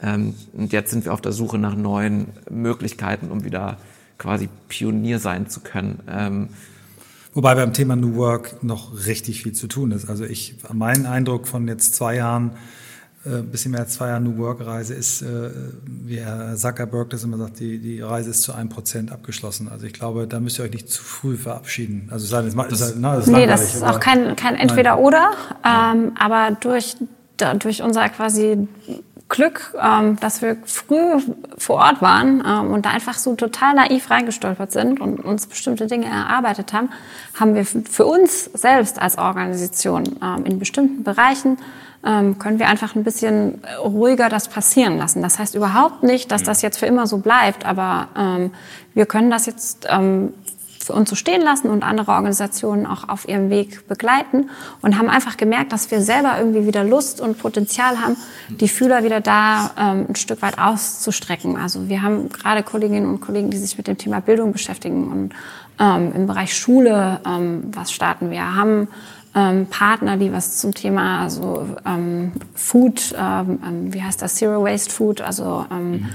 Und jetzt sind wir auf der Suche nach neuen Möglichkeiten, um wieder quasi Pionier sein zu können. Wobei beim Thema New Work noch richtig viel zu tun ist. Also ich, mein Eindruck von jetzt zwei Jahren, ein äh, bisschen mehr als zwei Jahren New Work-Reise ist, äh, wie Herr Zuckerberg das immer sagt, die, die Reise ist zu einem Prozent abgeschlossen. Also ich glaube, da müsst ihr euch nicht zu früh verabschieden. Also das, das, das, na, das ist nee, das ist auch kein, kein Entweder-Oder, ähm, aber durch, da, durch unser quasi Glück, ähm, dass wir früh vor Ort waren ähm, und da einfach so total naiv reingestolpert sind und uns bestimmte Dinge erarbeitet haben, haben wir für uns selbst als Organisation ähm, in bestimmten Bereichen ähm, können wir einfach ein bisschen ruhiger das passieren lassen. Das heißt überhaupt nicht, dass das jetzt für immer so bleibt, aber ähm, wir können das jetzt ähm, für uns so stehen lassen und andere Organisationen auch auf ihrem Weg begleiten und haben einfach gemerkt, dass wir selber irgendwie wieder Lust und Potenzial haben, die Fühler wieder da ähm, ein Stück weit auszustrecken. Also wir haben gerade Kolleginnen und Kollegen, die sich mit dem Thema Bildung beschäftigen und ähm, im Bereich Schule ähm, was starten. Wir haben ähm, Partner, die was zum Thema also ähm, Food, ähm, wie heißt das, Zero Waste Food, also ähm, mhm.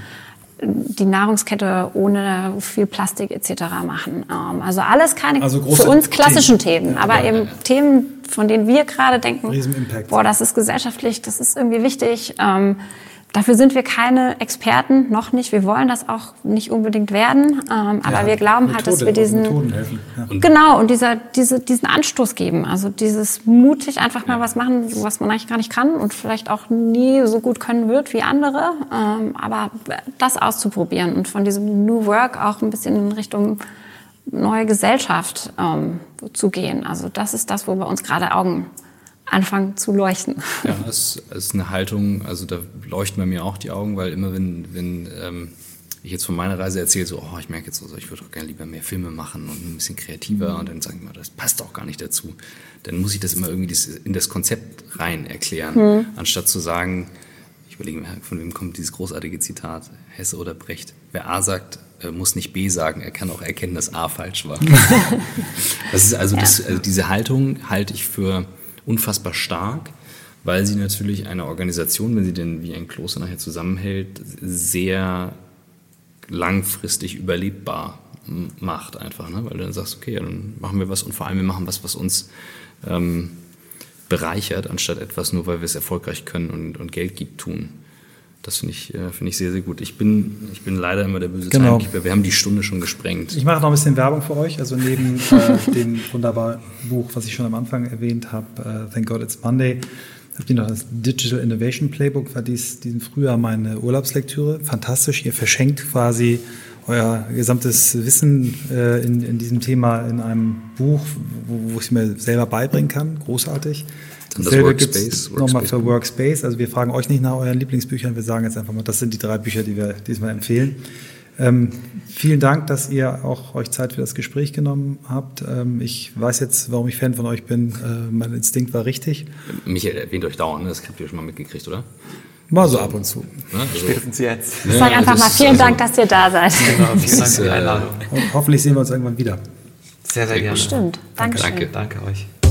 die Nahrungskette ohne viel Plastik et cetera machen. Also alles keine also für uns klassischen Themen, Themen aber ja, eben ja. Themen, von denen wir gerade denken, boah, das ist gesellschaftlich, das ist irgendwie wichtig. Ähm, dafür sind wir keine Experten, noch nicht. Wir wollen das auch nicht unbedingt werden, ähm, aber ja, wir glauben Methode, halt, dass wir diesen ja. genau und dieser diese diesen Anstoß geben. Also dieses mutig einfach mal was machen, was man eigentlich gar nicht kann und vielleicht auch nie so gut können wird wie andere, ähm, aber das auszuprobieren und von diesem New Work auch ein bisschen in Richtung neue Gesellschaft ähm, zu gehen. Also das ist das, wo bei uns gerade Augen anfangen zu leuchten. Ja, das ist eine Haltung, also da leuchten bei mir auch die Augen, weil immer wenn, wenn ähm, ich jetzt von meiner Reise erzähle, so, oh, ich merke jetzt so, ich würde doch gerne lieber mehr Filme machen und ein bisschen kreativer und dann sage ich mal, das passt auch gar nicht dazu. Dann muss ich das immer irgendwie in das Konzept rein erklären, hm. anstatt zu sagen, ich überlege mir, von wem kommt dieses großartige Zitat, Hesse oder Brecht, wer A sagt, muss nicht B sagen, er kann auch erkennen, dass A falsch war. Das ist also, ja. das, also diese Haltung halte ich für unfassbar stark, weil sie natürlich eine Organisation, wenn sie denn wie ein Kloster nachher zusammenhält, sehr langfristig überlebbar macht einfach, ne? Weil du dann sagst, okay, dann machen wir was und vor allem wir machen was, was uns ähm, bereichert, anstatt etwas nur, weil wir es erfolgreich können und, und Geld gibt, tun. Das finde ich, äh, finde ich sehr, sehr gut. Ich bin, ich bin leider immer der böse genau. Timekeeper. Wir haben die Stunde schon gesprengt. Ich mache noch ein bisschen Werbung für euch. Also neben äh, dem wunderbaren Buch, was ich schon am Anfang erwähnt habe, uh, Thank God It's Monday, habt ihr noch das Digital Innovation Playbook, war dies diesen Frühjahr meine Urlaubslektüre. Fantastisch. Ihr verschenkt quasi euer gesamtes Wissen äh, in, in diesem Thema in einem Buch, wo, wo ich mir selber beibringen kann. Großartig. Und das Workspace. Nochmal für Workspace. Also wir fragen euch nicht nach euren Lieblingsbüchern, wir sagen jetzt einfach mal, das sind die drei Bücher, die wir diesmal empfehlen. Ähm, vielen Dank, dass ihr auch euch Zeit für das Gespräch genommen habt. Ähm, ich weiß jetzt, warum ich Fan von euch bin. Äh, mein Instinkt war richtig. Michael erwähnt euch dauernd, das habt ihr schon mal mitgekriegt, oder? Mal so ab und zu. Ja, also, Spätestens jetzt. Ich sage einfach mal vielen also, Dank, dass ihr da seid. Genau, vielen Dank für die Einladung. Und hoffentlich sehen wir uns irgendwann wieder. Sehr, sehr gerne. Stimmt. Dankeschön. Danke. Danke euch.